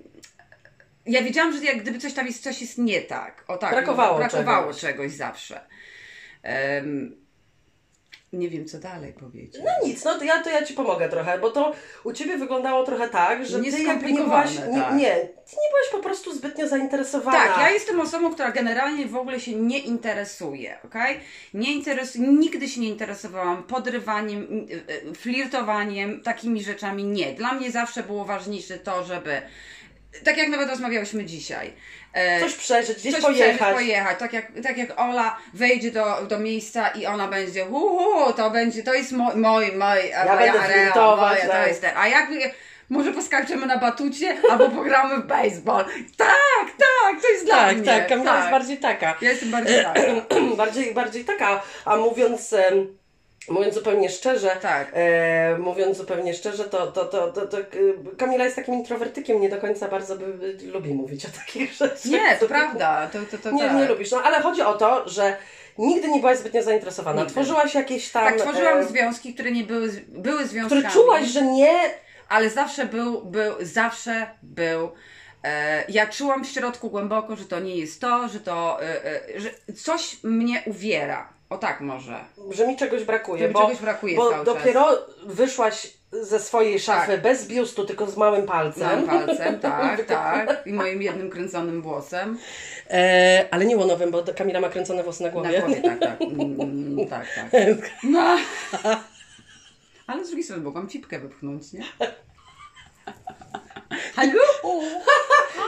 ja wiedziałam, że jak gdyby coś tam jest, coś jest nie tak. O tak, Brakowało brakowało czegoś. czegoś, zawsze. Em, nie wiem, co dalej powiedzieć. No nic, no to ja, to ja Ci pomogę trochę, bo to u Ciebie wyglądało trochę tak, że Ty jakby nie Nieskomplikowane, byłaś, nie, tak. nie, Ty nie byłaś po prostu zbytnio zainteresowana. Tak, ja jestem osobą, która generalnie w ogóle się nie interesuje, okej? Nie interesu- nigdy się nie interesowałam podrywaniem, y, y, flirtowaniem, takimi rzeczami nie. Dla mnie zawsze było ważniejsze to, żeby, tak jak nawet rozmawiałyśmy dzisiaj, e, Coś przeżyć, gdzieś coś pojechać. przeżyć, pojechać. Tak jak, tak jak Ola wejdzie do, do miejsca i ona będzie hu, hu, to będzie, to jest mój, mój, mój Ja moja będę area, flirtować, moja, to tak. jest ten. A jak może poskaczemy na batucie, albo pogramy w baseball. Tak, tak, to jest dla Tak, mnie. tak, Kamila tak. jest bardziej taka. Ja jestem bardziej taka. bardziej, bardziej taka, a mówiąc... em, Mówiąc zupełnie szczerze, Tak. e, mówiąc zupełnie szczerze, to, to, to, to, to e, Kamila jest takim introwertykiem, nie do końca bardzo by, by, lubi mówić o takich rzeczach. Nie, to prawda. To, to, to, Nie, tak. nie lubisz, no ale chodzi o to, że nigdy nie byłaś zbytnio zainteresowana. Nigdy. Tworzyłaś jakieś tam... Tak, tworzyłam e, związki, które nie były, były związkami. które czułaś, że nie... Ale zawsze był, był, zawsze był. E, ja czułam w środku głęboko, że to nie jest to, że to, e, e, że coś mnie uwiera. O tak może. że mi czegoś brakuje, Że mi bo, czegoś brakuje bo cały dopiero wyszłaś ze swojej szafy Tak. bez biustu, tylko z małym palcem. Małym palcem, tak, tak. I moim jednym kręconym włosem. E, ale nie łonowym, bo Kamila ma kręcone włosy na Na głowie. głowie, tak, tak. Mm, tak, tak. No. Ale z drugiej strony mogłam cipkę wypchnąć, nie? Halo? Mogłaś,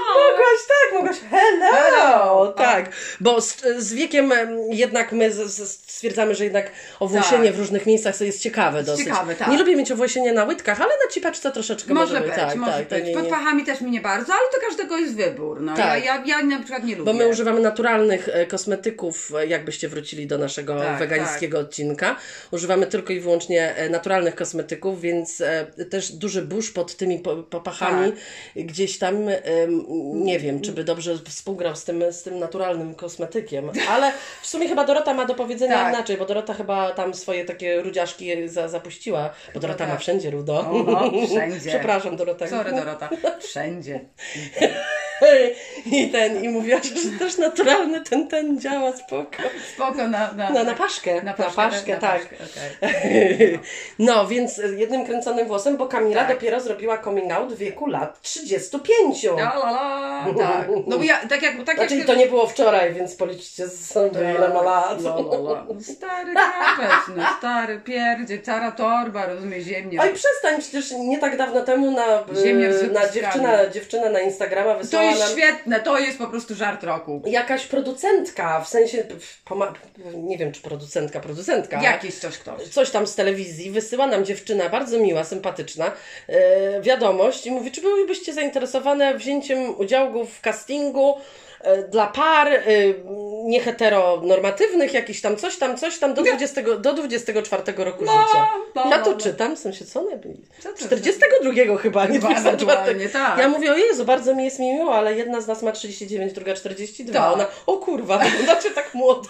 mogłaś, tak, mogłaś, hello, hello. tak, bo z, z wiekiem jednak my z, z, stwierdzamy, że jednak owłosienie tak. w różnych miejscach to jest ciekawe dosyć. Ciekawe, tak. Nie lubię mieć owłosienie na łydkach, ale na cipaczce troszeczkę może, może być. Tak, może tak, być. Nie, Pod pachami też mi nie bardzo, ale to każdego jest wybór. No. Tak. Ja, ja, ja na przykład nie lubię. Bo my używamy naturalnych kosmetyków, jakbyście wrócili do naszego tak, wegańskiego tak. odcinka. Używamy tylko i wyłącznie naturalnych kosmetyków, więc też duży burz pod tymi popachami tak. gdzieś tam, nie wiem, czy by dobrze współgrał z tym, z tym naturalnym kosmetykiem, ale w sumie chyba Dorota ma do powiedzenia tak. inaczej, bo Dorota chyba tam swoje takie rudziaszki za, zapuściła, bo Dorota tak. ma wszędzie rudo. Oho, wszędzie. Przepraszam, Dorota. Sorry, Dorota. Wszędzie. I ten, i mówiła, że też naturalny ten, ten działa, spoko. Spoko na, na, na, na paszkę. Na paszkę, na paszkę na tak. Paszkę, okay. No, więc jednym kręconym włosem, bo Kamila tak. dopiero zrobiła coming out w wieku lat trzydziestu pięciu. La, la, la. Tak. No bo ja, tak jak... Tak znaczy jak... to nie było wczoraj, więc policzcie sobie ile ma lat. La, la, la. Stary krawec, no stary pierdzie, cara torba, rozumie, ziemnia. Oj, przestań, przecież nie tak dawno temu na, na dziewczyna, dziewczynę na Instagrama wysłała To jest nam... świetne, to jest po prostu żart roku. Jakaś producentka, w sensie, nie wiem czy producentka, producentka. Jakiś coś ktoś. Coś tam z telewizji, wysyła nam dziewczyna, bardzo miła, sympatyczna, e, wiadomość i mówi, czy byłybyście zainteresowane wzięciem udziału w castingu e, dla par e, nieheteronormatywnych, jakiś tam coś tam, coś tam do, dwudziestego, do dwudziestego czwartego roku no, życia. No, ja to no, czytam, w sensie co one byli? czterdziestego drugiego chyba, nie dwudziestego czwartego. Tak. Ja mówię, o Jezu, bardzo mi jest mi miło, ale jedna z nas ma trzydzieści dziewięć, druga czterdzieści dwa. Tak. Ona, o kurwa, wyglądacie tak młodo.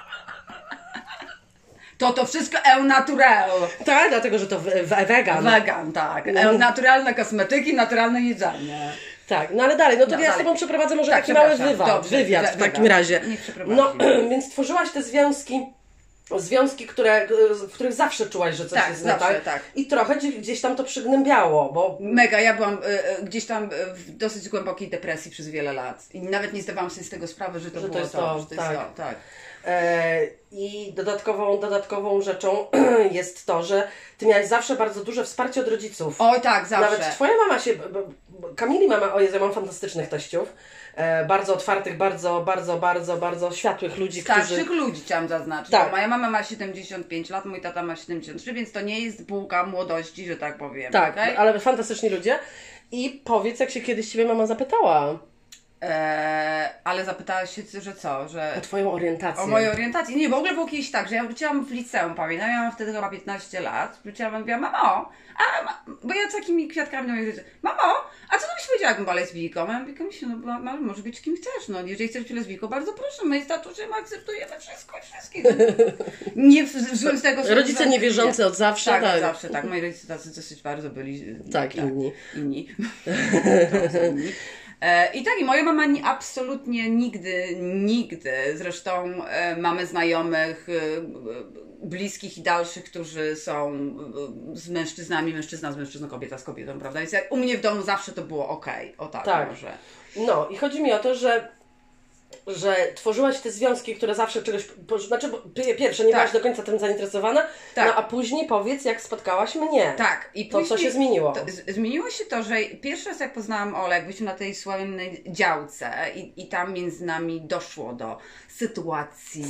To to wszystko eu natural. Tak, dlatego, że to wegan. Wegan, tak. Eu naturalne kosmetyki, naturalne jedzenie. Tak, no ale dalej, no to no, ja dalej. z Tobą przeprowadzę może tak, taki mały wywiad, Dobrze, wywiad w takim wywiad. razie. No, więc tworzyłaś te związki, związki, które, w których zawsze czułaś, że coś tak, jest zawsze, nie tak. tak. I trochę gdzieś tam to przygnębiało, bo... Mega, ja byłam y, gdzieś tam w dosyć głębokiej depresji przez wiele lat. I nawet nie zdawałam sobie z tego sprawy, że to że było to, jest to, to, że to tak. jest to. Tak. I dodatkową, dodatkową rzeczą jest to, że Ty miałaś zawsze bardzo duże wsparcie od rodziców. Oj tak, zawsze. Nawet Twoja mama się, Kamili mama, o Jezu, ja mam fantastycznych teściów, bardzo otwartych, bardzo, bardzo, bardzo, bardzo światłych ludzi, Starszych którzy... Starszych ludzi chciałam zaznaczyć, tak. bo moja mama ma siedemdziesiąt pięć lat, mój tata ma siedemdziesiąt trzy, więc to nie jest bułka młodości, że tak powiem. Tak, okay? ale fantastyczni ludzie. I powiedz, jak się kiedyś Ciebie mama zapytała. Eee, ale zapytałaś się, że co? Że... O Twoją orientację. O mojej orientacji. Nie, bo w ogóle było kiedyś tak, że ja wróciłam w liceum, pamiętam, ja miałam wtedy chyba piętnaście lat, wróciłam i mówiłam, mamo, a, ma... bo ja takimi kwiatkami do mojej rodziców, mamo, a co byś powiedziała, jakbym była lesbijką? Ja mówię, Kamisiu, no bo, może być kim chcesz, no jeżeli chcesz być lesbijką, bardzo proszę, my z tatuszem akceptujemy wszystko i wszystkich. Nie w, w, z tego rodzice niewierzący od zawsze. Tak, tak, od zawsze, tak. Moi rodzice tacy dosyć bardzo byli... Tak, tak inni. Inni. inni. I tak, i moja mama nie, absolutnie nigdy, nigdy, zresztą e, mamy znajomych, e, bliskich i dalszych, którzy są e, z mężczyznami, mężczyzna z mężczyzną, kobieta z kobietą, prawda? Więc jak u mnie w domu zawsze to było okej, okay. o tak, tak może. No i chodzi mi o to, że że tworzyłaś te związki, które zawsze czegoś... Znaczy, pierwsze, nie tak. byłaś do końca tym zainteresowana, tak. no a później powiedz, jak spotkałaś mnie. Tak. I to, co się zmieniło. To, zmieniło się to, że pierwszy raz jak poznałam Olę, jak byliśmy na tej słynnej działce i, i tam między nami doszło do sytuacji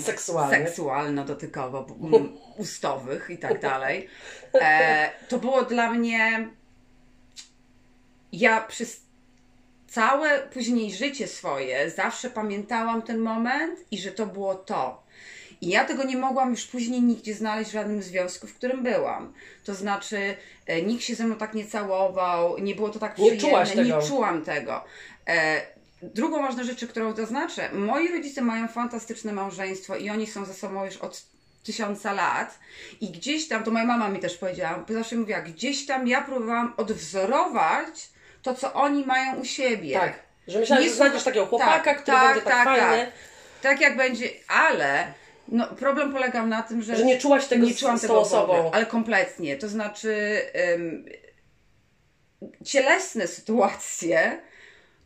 seksualno-dotykowo-ustowych i tak dalej, e, to było dla mnie... Ja przez całe później życie swoje zawsze pamiętałam ten moment i że to było to. I ja tego nie mogłam już później nigdzie znaleźć w żadnym związku, w którym byłam. To znaczy, e, nikt się ze mną tak nie całował, nie było to tak przyjemne, nie, czułaś tego. nie czułam tego. E, drugą ważną rzecz, którą zaznaczę, moi rodzice mają fantastyczne małżeństwo i oni są ze sobą już od tysiąca lat i gdzieś tam, to moja mama mi też powiedziała, zawsze mówiła, gdzieś tam ja próbowałam odwzorować to, co oni mają u siebie. Tak, że myślałam, że znajdziesz takiego chłopaka, tak, który tak, będzie tak, tak fajny. Tak. tak jak będzie, ale no, problem polegał na tym, że... Że nie czułaś tego nie czułam z, tego z tą osobą. Ale kompletnie. To znaczy um, cielesne sytuacje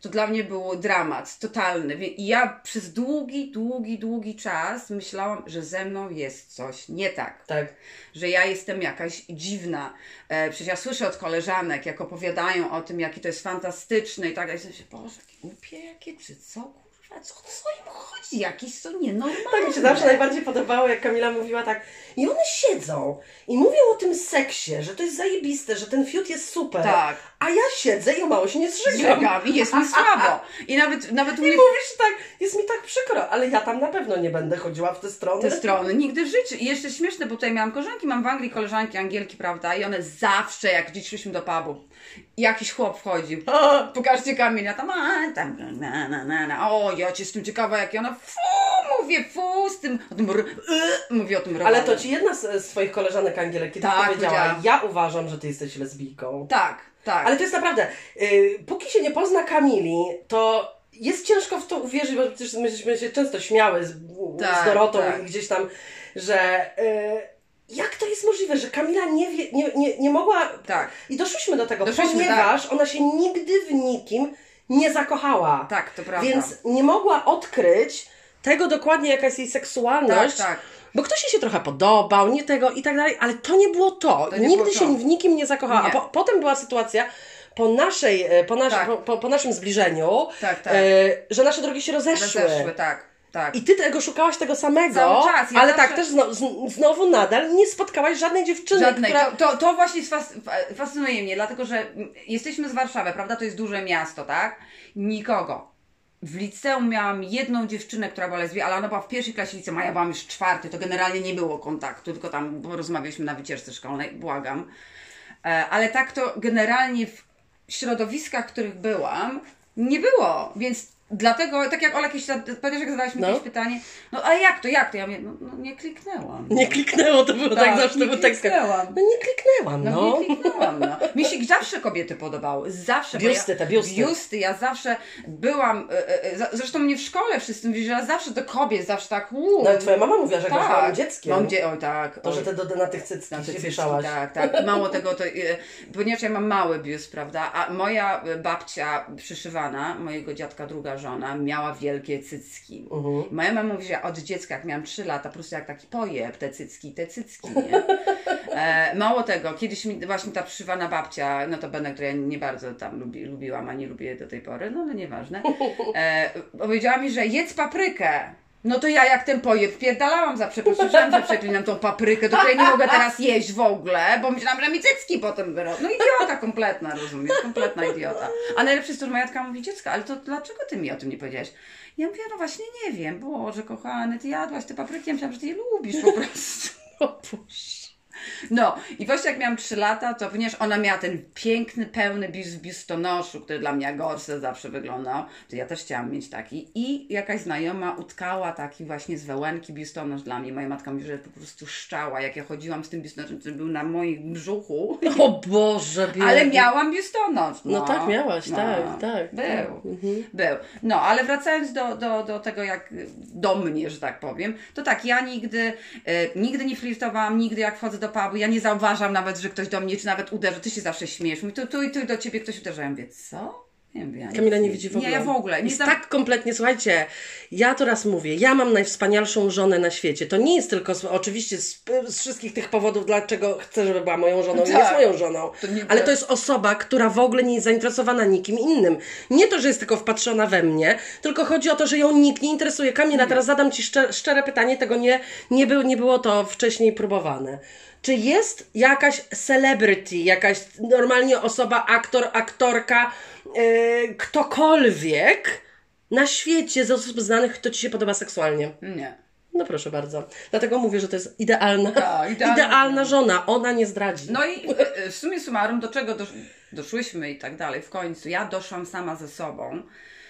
to dla mnie był dramat totalny. I ja przez długi, długi, długi czas myślałam, że ze mną jest coś nie tak. Tak. Że ja jestem jakaś dziwna. E, przecież ja słyszę od koleżanek, jak opowiadają o tym, jaki to jest fantastyczny i tak dalej. Ja się, Boże, jakie głupie, jakie, czy co, kurwa, co, co im chodzi? Jakieś są nienormalne. Tak mi się zawsze najbardziej podobało, jak Kamila mówiła tak, i one siedzą i mówią o tym seksie, że to jest zajebiste, że ten fiut jest super. Tak. A ja siedzę i o mało się nie zżygam. Zżygam i jest mi słabo. I nawet, nawet u I mnie... mówisz tak, jest mi tak przykro, ale ja tam na pewno nie będę chodziła w te strony. Te strony, nigdy w życiu. I jeszcze śmieszne, bo tutaj miałam koleżanki, mam w Anglii koleżanki, Angielki, prawda? I one zawsze, jak gdzieś szliśmy do pubu, jakiś chłop wchodził. O, pokażcie Kamila, tam, a, tam, na, na, na, na. O, ja cię jestem ciekawa, jak ona, fu, mówię, fu, z tym, o tym, r, y, mówię o tym rowerze. Ale to ci jedna z, z twoich koleżanek Angielek kiedyś Tak, powiedziała, powiedziała. ja uważam, że ty jesteś lesbijką. Tak, tak. Ale to jest naprawdę, y, póki się nie pozna Kamili, to jest ciężko w to uwierzyć, bo przecież myśmy się często śmiały z, Tak, z Dorotą tak. i gdzieś tam, że y, jak to jest możliwe, że Kamila nie, wie, nie, nie, nie mogła... Tak. I doszłyśmy do tego, Doszłyśmy, ponieważ ona się nigdy w nikim nie zakochała. Tak, to prawda. Więc nie mogła odkryć tego dokładnie, jaka jest jej seksualność. Tak, tak. Bo ktoś jej się trochę podobał, nie tego i tak dalej, ale to nie było to. To nie Nigdy było się to. w nikim nie zakochała. Nie. A po, potem była sytuacja po, naszej, po, nasz, Tak. po, po, po naszym zbliżeniu, Tak, tak. e, że nasze drogi się rozeszły. Rozeszły, tak, tak. I ty tego szukałaś tego samego, Cały czas. Ja ale zawsze- tak też zno, z, znowu nadal nie spotkałaś żadnej dziewczyny, Żadnej. która... To, to, to właśnie sfas- fa- fascynuje mnie, dlatego że mm, jesteśmy z Warszawy, prawda? To jest duże miasto, tak? Nikogo. W liceum miałam jedną dziewczynę, która była lesbijką, ale ona była w pierwszej klasie liceum, a ja byłam już czwarty, to generalnie nie było kontaktu, tylko tam rozmawialiśmy na wycieczce szkolnej, błagam. E, ale tak to generalnie w środowiskach, w których byłam, nie było, więc dlatego, tak jak Ola kiedyś, pamiętasz jak zadałeś mi No. jakieś pytanie, no a jak to, jak to? Ja mówię, no, no nie kliknęłam. Nie kliknęło, to było tak, Tak, zawsze nie to był tekst. kliknęłam. No nie kliknęłam, No, no. nie kliknęłam, no. Mi się zawsze kobiety podobały, zawsze. bo Biusty, ja, te biusty. Biusty, ja zawsze byłam, e, e, za- zresztą mnie w szkole wszyscy mówili, że ja zawsze do kobiet, zawsze tak, uuu. Nawet twoja mama mówiła, że jak byłaś tak, małym dzieckiem. mam dzie- oj tak. To, oj. że ty do, na tych cyckich Na te się cycki, wieszałaś. Tak, tak. I mało tego, to, e, ponieważ ja mam mały biust, prawda, a moja babcia przyszywana, mojego dziadka druga żona, miała wielkie cycki. Mhm. Moja mama mówi, że od dziecka, jak miałam trzy lata, po prostu jak taki pojeb, te cycki, te cycki, nie? E, mało tego, kiedyś mi właśnie ta przyszywana babcia, no to będę, która ja nie bardzo tam lubi, lubiłam, a nie lubię do tej pory, no ale nieważne, e, powiedziała mi, że jedz paprykę. No to ja jak ten pojeb wpierdalałam za przeproszeniem, że przeklinam tą paprykę, do której nie mogę teraz jeść w ogóle, bo myślałam, że mi cycki potem wyrosną. No idiota kompletna, rozumiesz? Kompletna idiota. A najlepsze jest to, że moja matka mówi, dziecko, ale to dlaczego ty mi o tym nie powiedziałeś? Ja mówię, no właśnie nie wiem, Boże kochany, ty jadłaś te papryki, ja myślałam, że ty je lubisz po prostu. O Boże. No i właśnie jak miałam trzy lata, to ponieważ ona miała ten piękny, pełny biust w biustonoszu, który dla mnie jak gorset zawsze wyglądał, to ja też chciałam mieć taki. I jakaś znajoma utkała taki właśnie z wełenki biustonosz dla mnie. Moja matka mówi, że po prostu szczała, jak ja chodziłam z tym biustonoszem, który był na moim brzuchu. O Boże, biedny. Ale miałam biustonosz. No, No tak, miałaś, no, tak, tak. Był, tak. Mhm. był. No, ale wracając do, do, do tego, jak do mnie, że tak powiem, to tak, ja nigdy, e, nigdy nie flirtowałam, nigdy jak wchodzę do pubu, ja nie zauważam nawet, że ktoś do mnie, czy nawet uderzy, ty się zawsze śmiejesz, mówi, tu, tu i tu do ciebie ktoś uderza, ja mówię, co? Nie wiem, ja nic Kamila nie widzi w ogóle. Nie, ja w ogóle. Nie jest znam- tak kompletnie, słuchajcie, ja to raz mówię, ja mam najwspanialszą żonę na świecie. To nie jest tylko, z, oczywiście z, z wszystkich tych powodów, dlaczego chcę, żeby była moją żoną, nie Tak. jest moją żoną, To nie- ale to jest osoba, która w ogóle nie jest zainteresowana nikim innym. Nie to, że jest tylko wpatrzona we mnie, tylko chodzi o to, że ją nikt nie interesuje. Kamila, teraz zadam Ci szczere, szczere pytanie, tego nie, nie, był, nie było to wcześniej próbowane. Czy jest jakaś celebrity, jakaś normalnie osoba, aktor, aktorka, yy, ktokolwiek na świecie z osób znanych, kto Ci się podoba seksualnie? Nie. No proszę bardzo. Dlatego mówię, że to jest idealna, Tak, idealna idealna żona. Ona nie zdradzi. No i e, w sumie summarum, do czego dosz, doszłyśmy i tak dalej, w końcu ja doszłam sama ze sobą.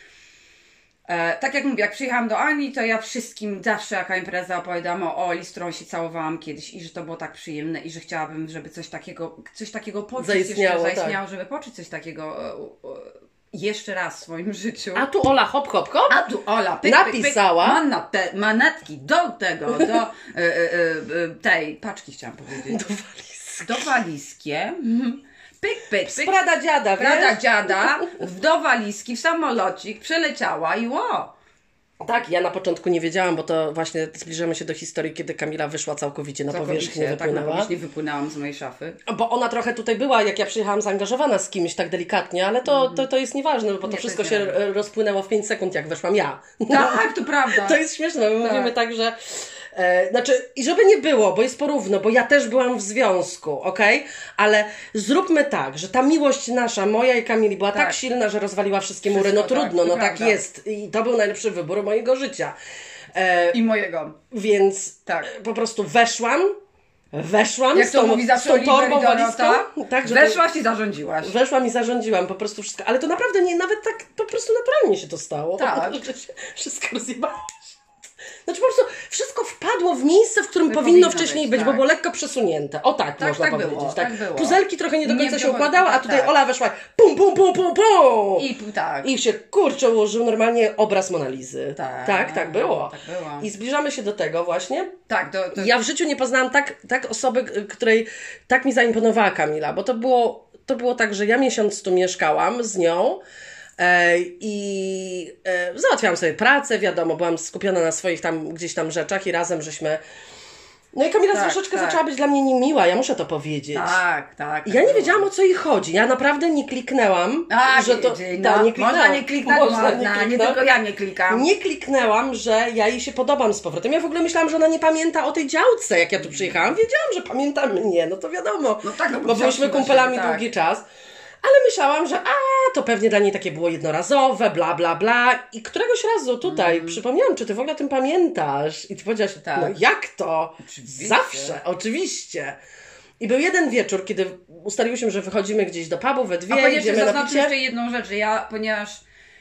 E, tak jak mówię, jak przyjechałam do Anglii, to ja wszystkim zawsze jaka impreza opowiadam o Oli, z którą się całowałam kiedyś i że to było tak przyjemne i że chciałabym, żeby coś takiego, coś takiego poczuć Zaistniało, jeszcze, tak. zaistniało, żeby poczuć coś takiego e, e, jeszcze raz w swoim życiu. A tu Ola, hop, hop, hop. A tu Ola pyk, Napisała. pyk, pyk, manate, manatki do tego, do e, e, e, tej paczki chciałam powiedzieć. Do walizki. Do walizkie. Mhm. pyk, pyk, Z pyk. prada dziada, Prada wiesz? dziada, do walizki, w samolocik, przeleciała i ło. Tak, ja na początku nie wiedziałam, bo to właśnie zbliżamy się do historii, kiedy Kamila wyszła całkowicie na powierzchnię, tak, wypłynęła. Tak, nie wypłynęłam z mojej szafy. Bo ona trochę tutaj była, jak ja przyjechałam, zaangażowana z kimś tak delikatnie, ale to, to, to jest nieważne, bo to Nie, to wszystko jest się nieważne. rozpłynęło w pięć sekund, jak weszłam ja. Tak, to prawda. To jest śmieszne, my Tak. mówimy tak, że e, znaczy, i żeby nie było, bo jest porówno, bo ja też byłam w związku, okej? Ale zróbmy tak, że ta miłość nasza, moja i Kamili była tak, Tak. silna, że rozwaliła wszystkie Wszystko, mury. No tak, trudno, to no tak prawda. jest. I to był najlepszy wybór mojego życia. E, I mojego. więc Tak. po prostu weszłam, weszłam Jak z to tą, mówi z zawsze tą Oliver torbą i Dorota, walizką. Tak, że to- weszłaś i zarządziłaś. Weszłam i zarządziłam po prostu wszystko, ale to naprawdę nie, nawet tak po prostu naturalnie się to stało. Tak. Że się wszystko rozjebało. Znaczy po prostu wszystko wpadło w miejsce, w którym By powinno powinno wcześniej być, być, tak. bo było lekko przesunięte. O tak, Tak, można tak powiedzieć. było, tak. tak było. Puzelki trochę nie do Nie końca się było- układały, a tak, tutaj tak. Ola weszła pum, pum, pum, pum, pum. I tak. I się kurczę ułożył normalnie obraz Monalizy. Tak, tak, tak było. tak było. I zbliżamy się do tego właśnie. Tak, to, to... Ja w życiu nie poznałam tak, tak osoby, k- której tak mi zaimponowała Kamila, bo to było, to było tak, że ja miesiąc tu mieszkałam z nią e, i e, załatwiałam sobie pracę, wiadomo, byłam skupiona na swoich tam gdzieś tam rzeczach i razem żeśmy... No i Kamila Tak, troszeczkę tak. zaczęła być dla mnie niemiła, ja muszę to powiedzieć. Tak, tak. I tak ja nie było. wiedziałam, o co jej chodzi. Ja naprawdę nie kliknęłam, A, że to... wiedziej, Da, no. nie kliknęłam. Można nie kliknąć, można, nie, kliknąć. tylko ja nie klikam. Nie kliknęłam, że ja jej się podobam z powrotem. Ja w ogóle myślałam, że ona nie pamięta o tej działce, jak ja tu przyjechałam. Wiedziałam, że pamięta mnie, no to wiadomo. No tak, no bo bo byliśmy chciałaś kumpelami tak. długi czas. Ale myślałam, że a, to pewnie dla niej takie było jednorazowe, bla, bla, bla. I któregoś razu tutaj Mm. przypomniałam, czy ty w ogóle o tym pamiętasz? I ty powiedziałaś, Tak. no jak to? Oczywiście. Zawsze, oczywiście. I był jeden wieczór, kiedy ustaliłyśmy, że wychodzimy gdzieś do pubu we dwie, A ponieważ idziemy na zaznaczę picie. jeszcze jedną rzecz, że ja, ponieważ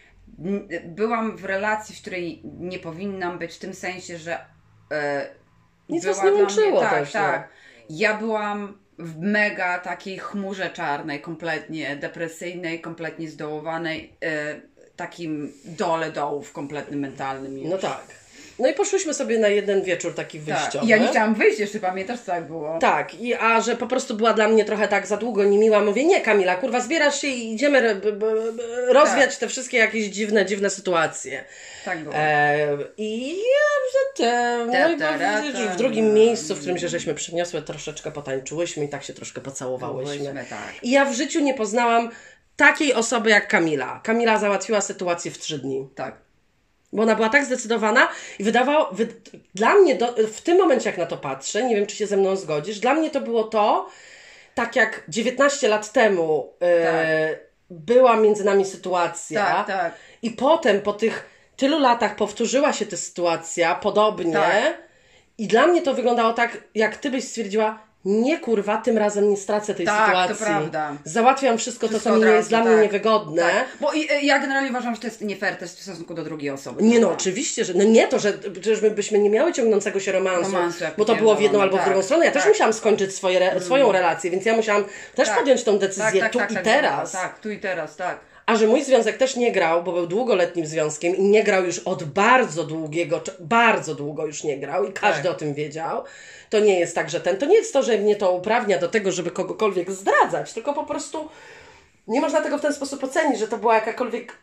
n- byłam w relacji, w której nie powinnam być, w tym sensie, że e, Nic była was nie dla łączyło mnie, tak, też, no. tak. Ja byłam w mega takiej chmurze czarnej, kompletnie depresyjnej, kompletnie zdołowanej, e, takim dole dołów kompletnym mentalnym już. No tak. No i poszłyśmy sobie na jeden wieczór taki tak. wyjściowy. I ja nie chciałam wyjść jeszcze, pamiętasz co tak było? Tak, i, a że po prostu była dla mnie trochę tak za długo niemiła, mówię, nie Kamila, kurwa, zbierasz się i idziemy b, b, b, rozwiać Tak. te wszystkie jakieś dziwne, dziwne sytuacje. Tak było. E, I ja, że te, no i Ta, ta, ta, w, ta. w drugim miejscu, w którym się żeśmy przyniosły, troszeczkę potańczyłyśmy i tak się troszkę pocałowałyśmy. Byłyśmy, tak. I ja w życiu nie poznałam takiej osoby jak Kamila. Kamila załatwiła sytuację w trzy dni. Tak. Bo ona była tak zdecydowana i wydawało, wy, dla mnie do, w tym momencie jak na to patrzę, nie wiem czy się ze mną zgodzisz, dla mnie to było to, tak jak dziewiętnaście lat temu e, była między nami sytuacja Tak, tak. i potem po tych tylu latach powtórzyła się ta sytuacja podobnie Tak. i dla mnie to wyglądało tak, jak ty byś stwierdziła, nie kurwa, tym razem nie stracę tej Tak, sytuacji. to prawda. Załatwiam wszystko, Wszystko to, co od mi razu, jest dla mnie tak. niewygodne. Tak. Bo i, y, ja generalnie uważam, że to jest nie fair też w stosunku do drugiej osoby. Nie no, prawda? oczywiście, że no nie to, że przecież my byśmy nie miały ciągnącego się romansu, Romansu, jak bo to nie było w jedną wiadomo, albo w tak, drugą stronę. Ja też tak. musiałam skończyć swoje re, swoją relację, więc ja musiałam też Tak. podjąć tą decyzję tu i teraz. Tak, tu i teraz, tak. A że mój związek też nie grał, bo był długoletnim związkiem i nie grał już od bardzo długiego, cza- bardzo długo już nie grał i każdy Tak. o tym wiedział. To nie jest tak, że ten, to nie jest to, że mnie to uprawnia do tego, żeby kogokolwiek zdradzać, tylko po prostu nie można tego w ten sposób ocenić, że to była jakakolwiek,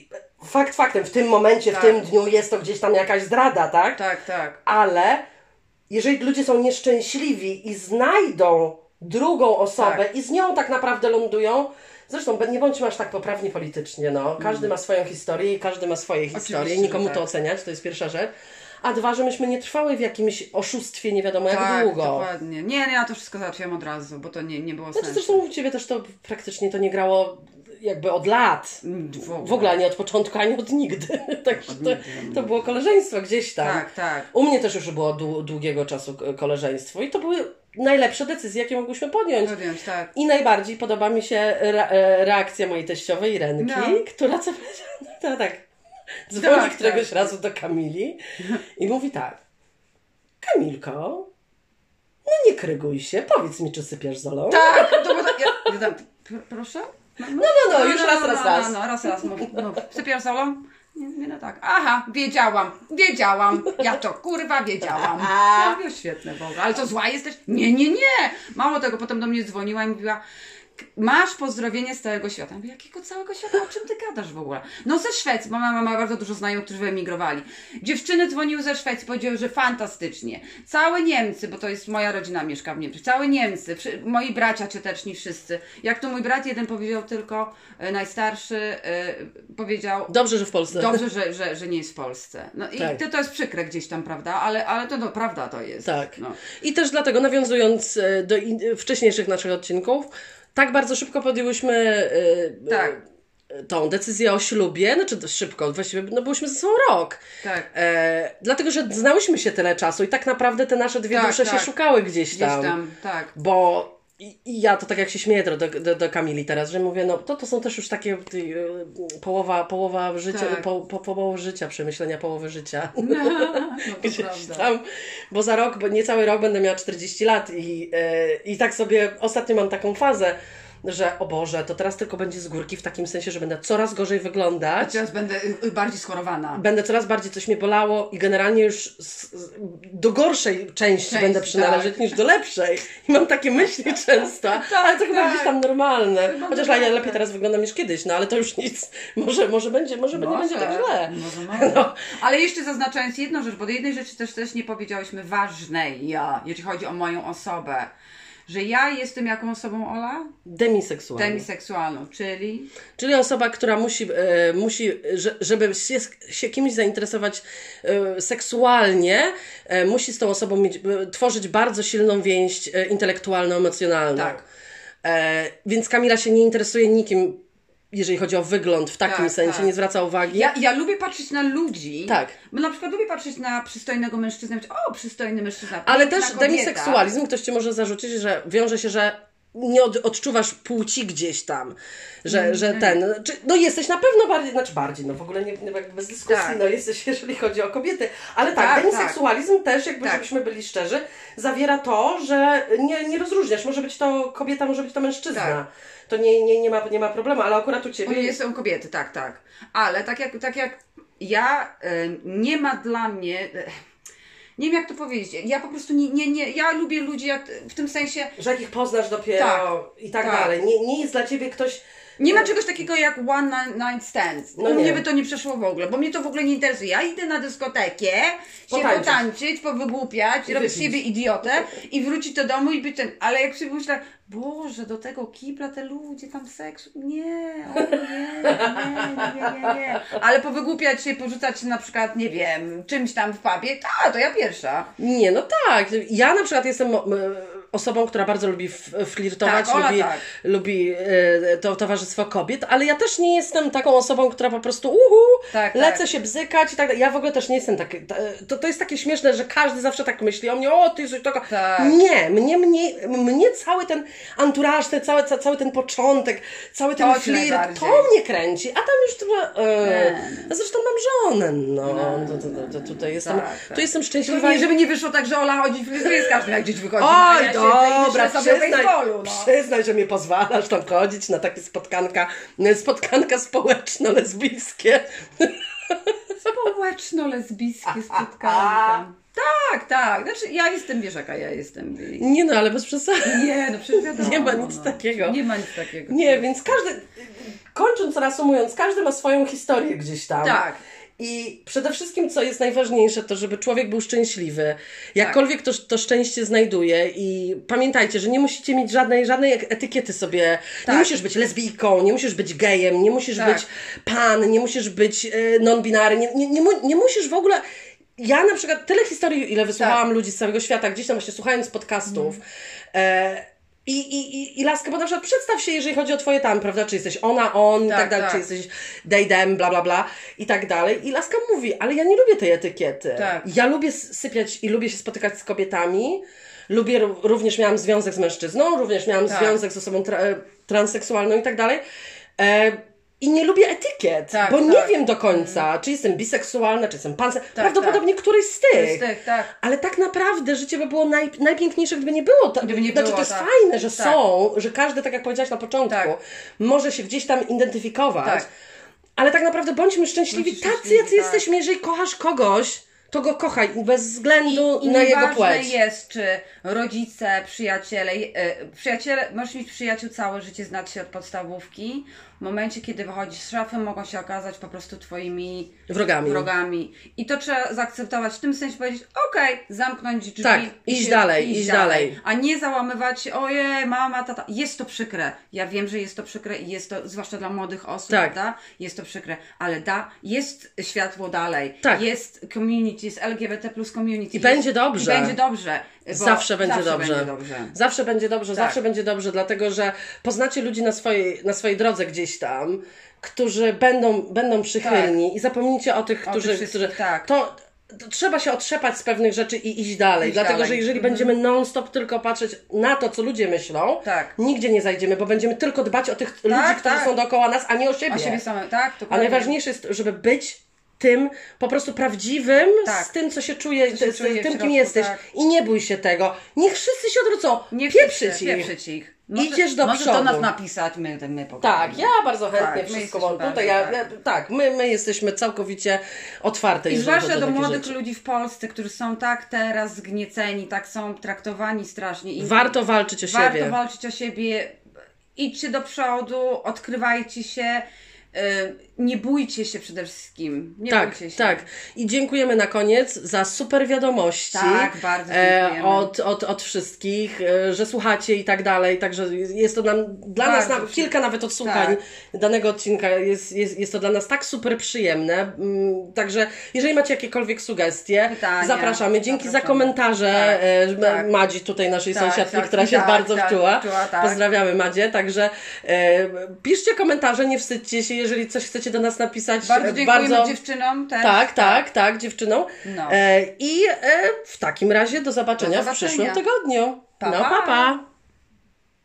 fakt faktem, w tym momencie, Tak. w tym dniu jest to gdzieś tam jakaś zdrada, tak? Tak, tak. Ale jeżeli ludzie są nieszczęśliwi i znajdą drugą osobę Tak. i z nią tak naprawdę lądują, zresztą nie bądźmy aż tak poprawni politycznie, no. Każdy ma swoją historię i każdy ma swoje historie, Oczywiście, nikomu że to tak. oceniać, to jest pierwsza rzecz. A dwa, że myśmy nie trwały w jakimś oszustwie nie wiadomo jak tak, długo. dokładnie. Nie, nie, ja to wszystko załatwiłam od razu, bo to nie, nie było Znaczy sensu. zresztą u Ciebie też to praktycznie to nie grało jakby od lat. W ogóle. W ogóle ani od początku, ani od nigdy. Także Od to, nigdy. to było koleżeństwo gdzieś tam. Tak, tak. U mnie też już było dłu- długiego czasu k- koleżeństwo i to były najlepsze decyzje, jakie mogłyśmy podjąć. Podjąć, tak. I najbardziej podoba mi się re- e, reakcja mojej teściowej Irenki, No. która co powiedziała, no tak, dzwoni Tak, któregoś tak. razu do Kamili i mówi tak, Kamilko, no nie kryguj się, powiedz mi, czy sypiasz Zolą? Tak, to było tak. Ja, ja tam, pr- proszę? No, No, no, no, już raz, no, raz, no, raz. No, no, raz, raz. Mów, mów. Sypiasz solą? Nie, nie, no tak. Aha, wiedziałam, wiedziałam. Ja to kurwa wiedziałam. Ja mówię, świetne w ogóle. Ale co, zła jesteś? Nie, nie, nie. Mało tego, potem do mnie dzwoniła i mówiła, masz pozdrowienie z całego świata. Ja mówię, jakiego całego świata? O czym ty gadasz w ogóle? No ze Szwecji, bo mama ma bardzo dużo znajomych, którzy wyemigrowali. Dziewczyny dzwoniły ze Szwecji, powiedziały, że fantastycznie. Całe Niemcy, bo to jest moja rodzina mieszka w Niemczech, całe Niemcy, wszy, moi bracia cioteczni wszyscy. Jak to mój brat jeden powiedział tylko, e, najstarszy, e, powiedział... Dobrze, że w Polsce. Dobrze, że, że, że nie jest w Polsce. No i tak. to, to jest przykre gdzieś tam, prawda? Ale, ale to no, prawda to jest. Tak. No. I też dlatego, nawiązując do in, wcześniejszych naszych odcinków, tak bardzo szybko podjęłyśmy yy, tak. yy, tą decyzję o ślubie, znaczy dość szybko, właściwie no byłyśmy ze sobą rok. Tak. E, dlatego, że znałyśmy się tyle czasu i tak naprawdę te nasze dwie tak, dusze tak. się szukały gdzieś tam. Gdzieś tam, tak. Bo i, i ja to tak jak się śmieję do, do, do Kamili teraz, że mówię, no to, to są też już takie ty, yy, połowa, połowa życia, tak. po, po, połowa życia, przemyślenia połowy życia. No, no to prawda. Tam, bo za rok, bo niecały rok będę miała czterdzieści lat i, yy, i tak sobie ostatnio mam taką fazę, że o Boże, to teraz tylko będzie z górki w takim sensie, że będę coraz gorzej wyglądać. Teraz będę bardziej schorowana. Będę coraz bardziej, coś mnie bolało i generalnie już z, z, do gorszej części Część, będę przynależeć tak. niż do lepszej. I mam takie myśli często, tak, ale to chyba tak. gdzieś tam normalne. Chyba Chociaż ja lepiej teraz wyglądam niż kiedyś, no ale to już nic. Może, może będzie, może, może nie będzie tak źle. Może, może. No. Ale jeszcze zaznaczając jedną rzecz, bo do jednej rzeczy też, też nie powiedziałyśmy ważnej, ja, jeżeli chodzi o moją osobę. Że ja jestem jaką osobą, Ola? Demiseksualną. Demiseksualną, czyli? Czyli osoba, która musi, e, musi że, żeby się, się kimś zainteresować e, seksualnie, e, musi z tą osobą mieć, e, tworzyć bardzo silną więź e, intelektualną, emocjonalną. Tak. E, więc Kamila się nie interesuje nikim, jeżeli chodzi o wygląd, w takim tak, sensie, tak. nie zwraca uwagi. Ja, ja lubię patrzeć na ludzi. Tak. Bo na przykład lubię patrzeć na przystojnego mężczyznę i mówić, o, przystojny mężczyzna. Ale też kobieta. demiseksualizm, ktoś Ci może zarzucić, że wiąże się, że nie od, odczuwasz płci gdzieś tam, że, mm, że ten, czy, no jesteś na pewno bardziej, znaczy bardziej, no w ogóle nie, nie bez dyskusji, tak. no jesteś, jeżeli chodzi o kobiety, ale tak, tak demiseksualizm tak. też, jakby tak. żebyśmy byli szczerzy, zawiera to, że nie, nie rozróżniasz, może być to kobieta, może być to mężczyzna. Tak. To nie, nie, nie, ma, nie ma problemu, ale akurat u Ciebie... Nie są kobiety, tak, tak. Ale tak jak, tak jak ja, y, nie ma dla mnie... Y, nie wiem jak to powiedzieć. Ja po prostu nie, nie, nie ja lubię ludzi jak, w tym sensie... Że jak ich poznasz dopiero tak, i tak, tak dalej. Nie, nie jest dla Ciebie ktoś... Nie ma czegoś takiego jak one night stand. No u mnie by to nie przeszło w ogóle, bo mnie to w ogóle nie interesuje. Ja idę na dyskotekę, się potańczyć, potańczyć powygłupiać, robić z siebie idiotę i wrócić do domu i być ten... Ale jak sobie myślę, Boże, do tego kibla te ludzie tam seks... Nie, o nie, nie, nie, nie, nie. Ale powygłupiać się, porzucać się na przykład, nie wiem, czymś tam w pubie, ta, to ja pierwsza. Nie, no tak. Ja na przykład jestem osobą, która bardzo lubi flirtować, tak, Ola, lubi, tak. lubi y, to towarzystwo kobiet, ale ja też nie jestem taką osobą, która po prostu uhu, tak, lecę tak. się bzykać i tak dalej. Ja w ogóle też nie jestem taki, to, to jest takie śmieszne, że każdy zawsze tak myśli o mnie, o ty jesteś taka. Tak. Nie, mnie, mnie, mnie cały ten anturaż, ten, cały, cały ten początek, cały ten to flirt, to mnie kręci, a tam już to, y, zresztą mam żonę, no, no. To, to, to, tutaj jestem, tak, tak. tu jestem szczęśliwa. Nie, żeby nie wyszło tak, że Ola chodzi, flirtuje z każdym, jak gdzieś wychodzi. Oj, no, dobra, sobie przyznaj, no. przyznaj, że mnie pozwalasz tam chodzić na takie spotkanka, spotkanka społeczno-lesbijskie. Społeczno-lesbijskie spotkanka. Tak, tak. Znaczy ja jestem, wiesz jaka ja jestem. Nie no, ale bez przesady. Nie, no przecież wiadomo. Nie ma nic no. takiego. Nie ma nic takiego. Nie, więc każdy, kończąc, reasumując, każdy ma swoją historię gdzieś tam. Tak. I przede wszystkim, co jest najważniejsze, to żeby człowiek był szczęśliwy. Jakkolwiek to, to szczęście znajduje i pamiętajcie, że nie musicie mieć żadnej, żadnej etykiety sobie. Tak. Nie musisz być lesbijką, nie musisz być gejem, nie musisz tak. być pan, nie musisz być y, non-binary, nie, nie, nie, nie musisz w ogóle... Ja na przykład tyle historii, ile wysłuchałam tak. ludzi z całego świata, gdzieś tam właśnie słuchając podcastów, mm. e, I, i, i, I laska, bo na przykład przedstaw się, jeżeli chodzi o twoje tam, prawda, czy jesteś ona, on, tak, i tak dalej, tak. czy jesteś they, them, bla, bla, bla i tak dalej. I laska mówi, ale ja nie lubię tej etykiety. Tak. Ja lubię sypiać i lubię się spotykać z kobietami, lubię, również miałam związek z mężczyzną, również miałam tak. związek z osobą tra- transseksualną i tak dalej. E, I nie lubię etykiet, tak, bo tak. nie wiem do końca, mm. czy jestem biseksualna, czy jestem panseksualna. Tak, prawdopodobnie tak. któryś z tych. Z tych tak. Ale tak naprawdę życie by było naj, najpiękniejsze, gdyby nie było. Ta, gdyby nie znaczy, było, to jest tak. fajne, że tak. są, że każdy, tak jak powiedziałaś na początku, tak. może się gdzieś tam identyfikować. Tak. Ale tak naprawdę bądźmy szczęśliwi, bądźmy tacy, jacy tak. jesteśmy, jeżeli kochasz kogoś, to go kochaj bez względu I, i na jego ważne płeć. jest, czy rodzice, przyjaciele, yy, przyjaciele, możesz mieć przyjaciół całe życie, znać się od podstawówki. W momencie, kiedy wychodzisz z szafy, mogą się okazać po prostu twoimi wrogami. wrogami. I to trzeba zaakceptować, w tym sensie powiedzieć, okej, okay, zamknąć drzwi. Tak, i iść się, dalej, iść iść dalej. dalej. A nie załamywać się, ojej, mama, tata. Jest to przykre. Ja wiem, że jest to przykre i jest to, zwłaszcza dla młodych osób, tak. prawda? Jest to przykre. Ale da, jest światło dalej. Tak. Jest community, jest L G B T plus community. I jest, będzie dobrze. I będzie dobrze. Zawsze będzie zawsze dobrze. będzie dobrze. Zawsze będzie dobrze, tak. zawsze będzie dobrze, dlatego że poznacie ludzi na swojej, na swojej drodze gdzieś tam, którzy będą, będą przychylni tak. i zapomnijcie o tych, którzy... O tych którzy tak. to, to trzeba się otrzepać z pewnych rzeczy i iść dalej, iść dlatego dalej. że jeżeli mhm. będziemy non-stop tylko patrzeć na to, co ludzie myślą, tak. nigdzie nie zajdziemy, bo będziemy tylko dbać o tych tak, ludzi, tak. którzy są dookoła nas, a nie o siebie. O siebie same, tak. A najważniejsze jest, żeby być tym po prostu prawdziwym, tak. z tym, co się czuje, co się z, czuje z tym, kim jesteś. Tak. I nie bój się tego. Niech wszyscy się odwrócą. Niech pieprzyć ich. Pieprzyć ich. Może, Idziesz do może przodu. do nas napisać, my, my pogadamy. Tak, ja bardzo chętnie tak, wszystko mam tutaj. Bardzo, ja, tak, ja, tak my, my jesteśmy całkowicie otwarte. I zwłaszcza do młodych rzeczy. ludzi w Polsce, którzy są tak teraz zgnieceni, tak są traktowani strasznie. I warto walczyć o warto siebie. Warto walczyć o siebie. Idźcie do przodu, odkrywajcie się. Nie bójcie się przede wszystkim. Nie tak, bójcie się. Tak. I dziękujemy na koniec za super wiadomości. Tak, bardzo dziękujemy. E, od, od, od wszystkich, e, że słuchacie i tak dalej. Także jest to nam, dla bardzo nas na, kilka nawet odsłuchań tak. danego odcinka. Jest, jest, jest to dla nas tak super przyjemne. Mm, także jeżeli macie jakiekolwiek sugestie, Pytania, zapraszamy. Dzięki zapraszamy. za komentarze tak, e, tak. Madzi, tutaj naszej tak, sąsiadki, tak, która tak, się tak, bardzo tak, wczuła. wczuła tak. Pozdrawiamy Madzie. Także e, piszcie komentarze, nie wstydźcie się, jeżeli coś chcecie do nas napisać. Bardzo dziękujemy bardzo... dziewczynom też. Tak, tak, tak, dziewczynom. No. E, I e, w takim razie do zobaczenia, do zobaczenia w przyszłym tygodniu. Pa, no, pa, pa.